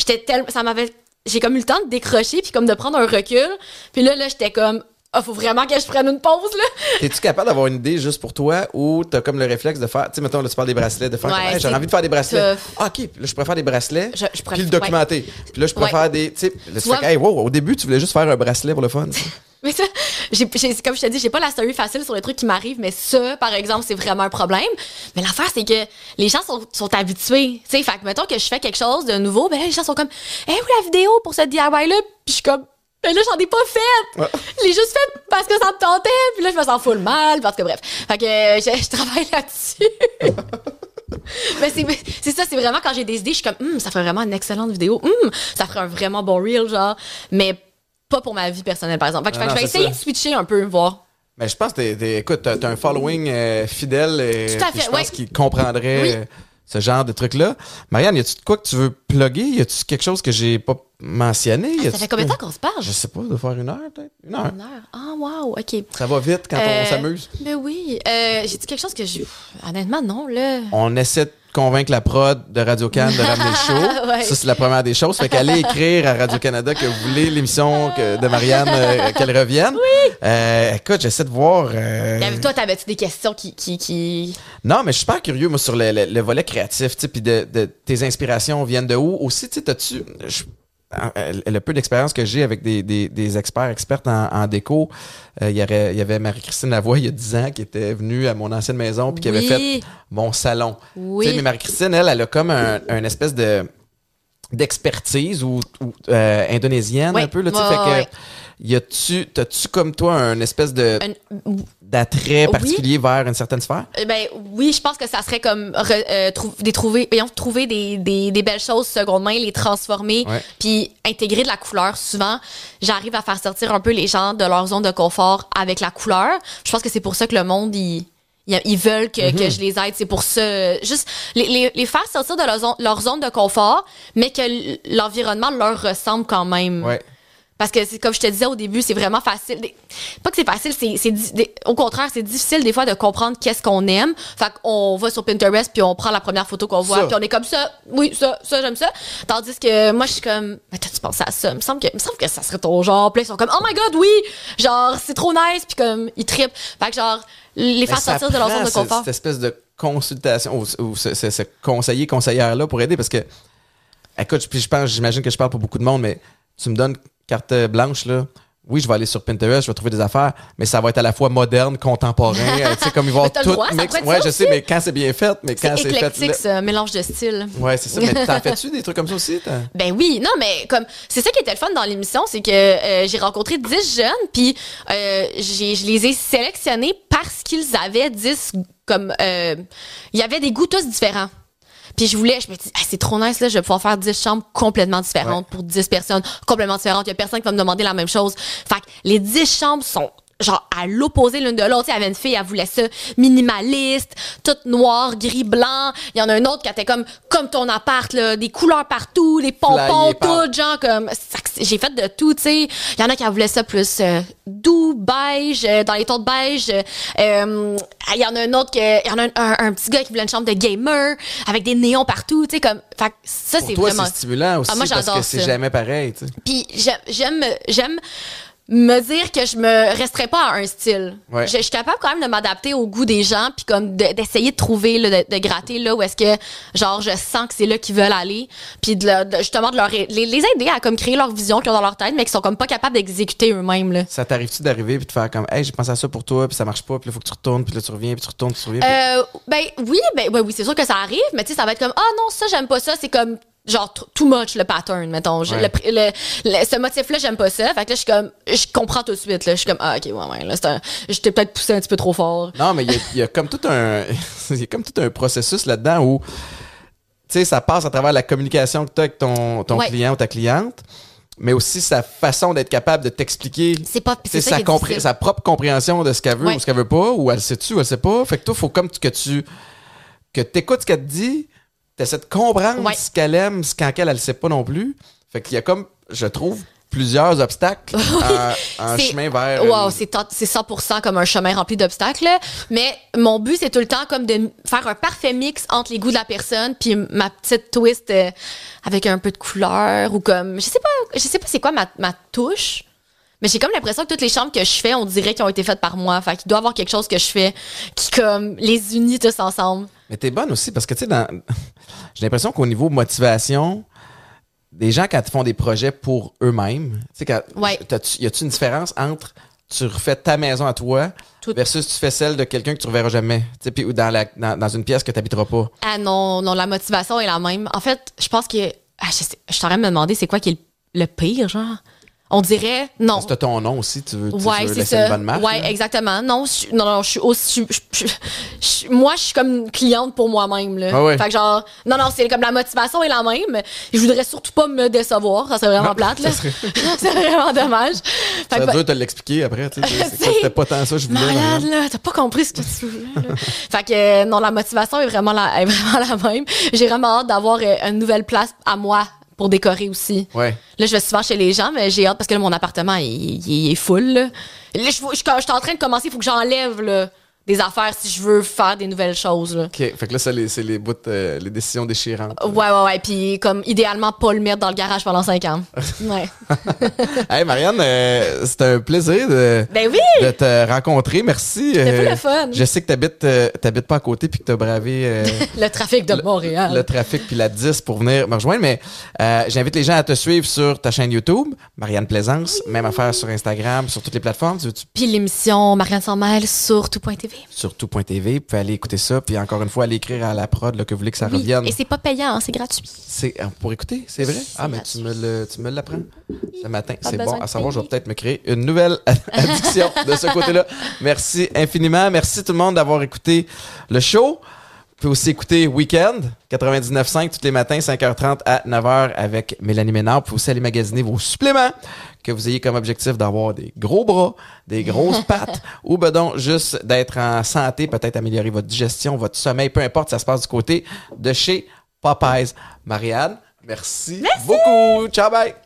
S2: J'ai comme eu le temps de décrocher, puis comme de prendre un recul. Puis là, j'étais comme, faut vraiment que je prenne une pause, là.
S1: Es-tu capable d'avoir une idée juste pour toi, ou t'as comme le réflexe de faire, tu sais, mettons, là, tu parles des bracelets, de faire, j'ai envie de faire des bracelets. OK, puis là, je préfère des bracelets, puis le documenter. Puis là, je préfère des, tu sais, là, tu fais, au début, tu voulais juste faire un bracelet pour le fun.
S2: Mais ça, comme je te dis, j'ai pas la story facile sur les trucs qui m'arrivent, mais ça, par exemple, c'est vraiment un problème. Mais l'affaire, c'est que les gens sont habitués. Tu sais, fait que mettons que je fais quelque chose de nouveau, ben là, les gens sont comme, où la vidéo pour ce DIY-là? Puis je suis comme, ben là, j'en ai pas fait. Je l'ai juste fait parce que ça me tentait. Puis là, je me sens full mal. Parce que bref. Fait que je travaille là-dessus. Mais c'est ça, c'est vraiment quand j'ai des idées, je suis comme, ça ferait vraiment une excellente vidéo. Ça ferait un vraiment bon reel, genre. Mais pas pour ma vie personnelle, par exemple. Fait que je vais essayer de switcher un peu, voir.
S1: Mais je pense que écoute, t'as un following fidèle et
S2: tout à fait,
S1: je pense qu'il comprendrait ce genre de trucs-là. Marianne, y a-tu de quoi que tu veux plugger? Y a-tu quelque chose que j'ai pas mentionné?
S2: Ça fait combien de temps qu'on se parle?
S1: Je sais pas, de faire 1 heure peut-être? 1 heure.
S2: 1 heure. Ah, wow, OK.
S1: Ça va vite quand on s'amuse.
S2: Mais oui. J'ai-tu quelque chose que honnêtement, non, là.
S1: On essaie de convaincre la prod de Radio-Can de ramener le show. Ça, c'est la première des choses. Fait qu'allez écrire à Radio-Canada que vous voulez l'émission de Marianne, qu'elle revienne.
S2: Oui.
S1: Écoute, j'essaie de voir...
S2: Toi, t'avais-tu des questions qui...
S1: Non, mais je suis super curieux, moi, sur le volet créatif, tu sais, puis de tes inspirations viennent de où? Aussi, tu sais, t'as-tu... le peu d'expérience que j'ai avec des expertes en déco, il y avait Marie-Christine Lavoie il y a 10 ans qui était venue à mon ancienne maison puis qui avait fait mon salon.
S2: Oui.
S1: Tu sais, mais Marie-Christine, elle a comme un espèce d'expertise ou indonésienne un peu là, tu sais, fait que t'as-tu comme toi un espèce d'attrait particulier vers une certaine sphère?
S2: Ben oui, je pense que ça serait comme trouver des belles choses seconde main, les transformer, puis intégrer de la couleur. Souvent, j'arrive à faire sortir un peu les gens de leur zone de confort avec la couleur. Je pense que c'est pour ça que le monde ils veulent que je les aide. C'est pour ça. Juste les faire sortir de leur zone de confort, mais que l'environnement leur ressemble quand même.
S1: Ouais.
S2: Parce que c'est comme je te disais au début, c'est vraiment facile. Pas que c'est facile, au contraire, c'est difficile des fois de comprendre qu'est-ce qu'on aime. Fait qu'on va sur Pinterest puis on prend la première photo qu'on voit puis on est comme ça. Oui, ça j'aime ça. Tandis que moi je suis comme mais t'as-tu pensé à ça? Il me semble que ça serait ton genre. Puis là, ils sont comme oh my god, oui! Genre c'est trop nice puis comme ils trippent. Fait que genre les faire sortir de leur zone de confort.
S1: Cette espèce de consultation ou ce conseillère-là pour aider parce que écoute, puis j'imagine que je parle pour beaucoup de monde, mais tu me donnes carte blanche, là. Oui, je vais aller sur Pinterest, je vais trouver des affaires, mais ça va être à la fois moderne, contemporain, tu sais, comme ils vont tout mix. Ouais, je sais, mais quand c'est bien fait, mais quand c'est fait.
S2: C'est éclectique, ça, mélange de style.
S1: Ouais, c'est ça. Mais t'en fais-tu des trucs comme ça aussi?
S2: Ben oui, non, mais comme, c'est ça qui était le fun dans l'émission, c'est que j'ai rencontré 10 jeunes, puis je les ai sélectionnés parce qu'ils avaient 10, comme, il y avait des goûts tous différents. Puis je me dis, c'est trop nice, là, je vais pouvoir faire 10 chambres complètement différentes pour 10 personnes, complètement différentes. Il y a personne qui va me demander la même chose. Fait que les 10 chambres sont genre à l'opposé l'une de l'autre. Il y avait une fille, elle voulait ça minimaliste, toute noire, gris, blanc. Il y en a une autre qui était comme ton appart, là, des couleurs partout, des pompons, tout, genre comme j'ai fait de tout, tu sais. Il y en a qui voulaient ça plus doux, beige, dans les tons de beige. Il y en a un autre il y en a un petit gars qui voulait une chambre de gamer avec des néons partout, tu sais, comme fait que ça
S1: pour
S2: c'est
S1: toi,
S2: vraiment
S1: c'est stimulant aussi
S2: moi,
S1: parce que c'est jamais pareil, tu sais.
S2: Puis j'aime me dire que je me resterai pas à un style.
S1: Ouais.
S2: Je suis capable quand même de m'adapter au goût des gens puis comme d'essayer de trouver là, de gratter là où est-ce que genre je sens que c'est là qu'ils veulent aller puis justement de les aider à comme créer leur vision qu'ils ont dans leur tête mais qui sont comme pas capables d'exécuter eux-mêmes là.
S1: Ça t'arrive-tu d'arriver puis de faire comme hey, j'ai pensé à ça pour toi puis ça marche pas puis là faut que tu retournes puis là tu reviens puis tu retournes puis tu reviens.
S2: Oui, c'est sûr que ça arrive mais tu sais ça va être comme non, ça j'aime pas ça, c'est comme genre too much le pattern mettons ce motif là j'aime pas ça, fait que là je suis comme je comprends tout de suite là, je suis comme ok ouais là je t'ai peut-être poussé un petit peu trop fort.
S1: Non mais il y a comme tout un processus là-dedans où tu sais ça passe à travers la communication que tu as avec ton client ou ta cliente, mais aussi sa façon d'être capable de t'expliquer sa propre compréhension de ce qu'elle veut ou ce qu'elle veut pas, ou elle sait-tu ou elle sait pas, fait que toi faut comme que t'écoutes ce qu'elle te dit, t'essaies de comprendre ce qu'elle aime, quand elle sait pas non plus. Fait qu'il y a comme, je trouve, plusieurs obstacles en chemin vers...
S2: Wow, c'est 100% comme un chemin rempli d'obstacles. Mais mon but, c'est tout le temps comme de faire un parfait mix entre les goûts de la personne puis ma petite twist avec un peu de couleur ou comme... Je sais pas c'est quoi ma touche. Mais j'ai comme l'impression que toutes les chambres que je fais, on dirait qu'elles ont été faites par moi. Fait qu'il doit y avoir quelque chose que je fais qui comme les unit tous ensemble.
S1: Mais t'es bonne aussi parce que tu sais, j'ai l'impression qu'au niveau motivation, des gens quand ils font des projets pour eux-mêmes, tu sais, y a-tu une différence entre tu refais ta maison à toi versus tu fais celle de quelqu'un que tu reverras jamais, tu sais, puis ou dans une pièce que tu n'habiteras pas?
S2: Ah non, la motivation est la même. En fait, je pense que je suis en train de me demander c'est quoi qui est le pire, genre. On dirait non.
S1: C'est ton nom aussi, tu veux laisser
S2: ça.
S1: Une bonne marque.
S2: Ouais, exactement. Non, je suis aussi moi je suis comme cliente pour moi-même là.
S1: Ah ouais.
S2: Fait que genre non, c'est comme la motivation est la même. Je voudrais surtout pas me décevoir, ça serait vraiment plate là. C'est vraiment dommage.
S1: Ça serait dur de te l'expliquer après, tu sais. C'était pas tant ça je voulais.
S2: Malade là, t'as pas compris ce que tu voulais. Fait que non, la motivation est vraiment la même. J'ai vraiment hâte d'avoir une nouvelle place à moi pour décorer aussi.
S1: Ouais.
S2: Là, je vais souvent chez les gens, mais j'ai hâte parce que là, mon appartement, il est full. Là, je suis en train de commencer, il faut que j'enlève là, des affaires si je veux faire des nouvelles choses. Là.
S1: OK. Fait que là, c'est les bouts, les décisions déchirantes.
S2: Ouais. Puis comme idéalement, pas le mettre dans le garage pendant 5 ans. Ouais.
S1: Hey, Marianne, c'était un plaisir de te rencontrer. Merci.
S2: C'était pas le fun.
S1: Je sais que t'habites pas à côté puis que t'as bravé
S2: le trafic de Montréal.
S1: Le trafic puis la 10 pour venir me rejoindre. Mais j'invite les gens à te suivre sur ta chaîne YouTube, Marianne Plaisance. Même affaire sur Instagram, sur toutes les plateformes.
S2: Puis l'émission Marianne sans mêle sur tout.tv.
S1: Sur tout.tv. Vous pouvez aller écouter ça. Puis encore une fois, aller écrire à la prod là, que vous voulez que ça revienne.
S2: Et c'est pas payant, c'est gratuit.
S1: C'est pour écouter, c'est vrai? Mais tu me l'apprends ce matin. C'est bon à savoir. Je vais peut-être me créer une nouvelle addiction de ce côté-là. Merci infiniment. Merci tout le monde d'avoir écouté le show. Vous pouvez aussi écouter Weekend 99.5 tous les matins, 5h30 à 9h avec Mélanie Ménard. Vous pouvez aussi aller magasiner vos suppléments, que vous ayez comme objectif d'avoir des gros bras, des grosses pattes ou donc juste d'être en santé, peut-être améliorer votre digestion, votre sommeil, peu importe, ça se passe du côté de chez Popeyes. Marianne, merci beaucoup. Ciao, bye.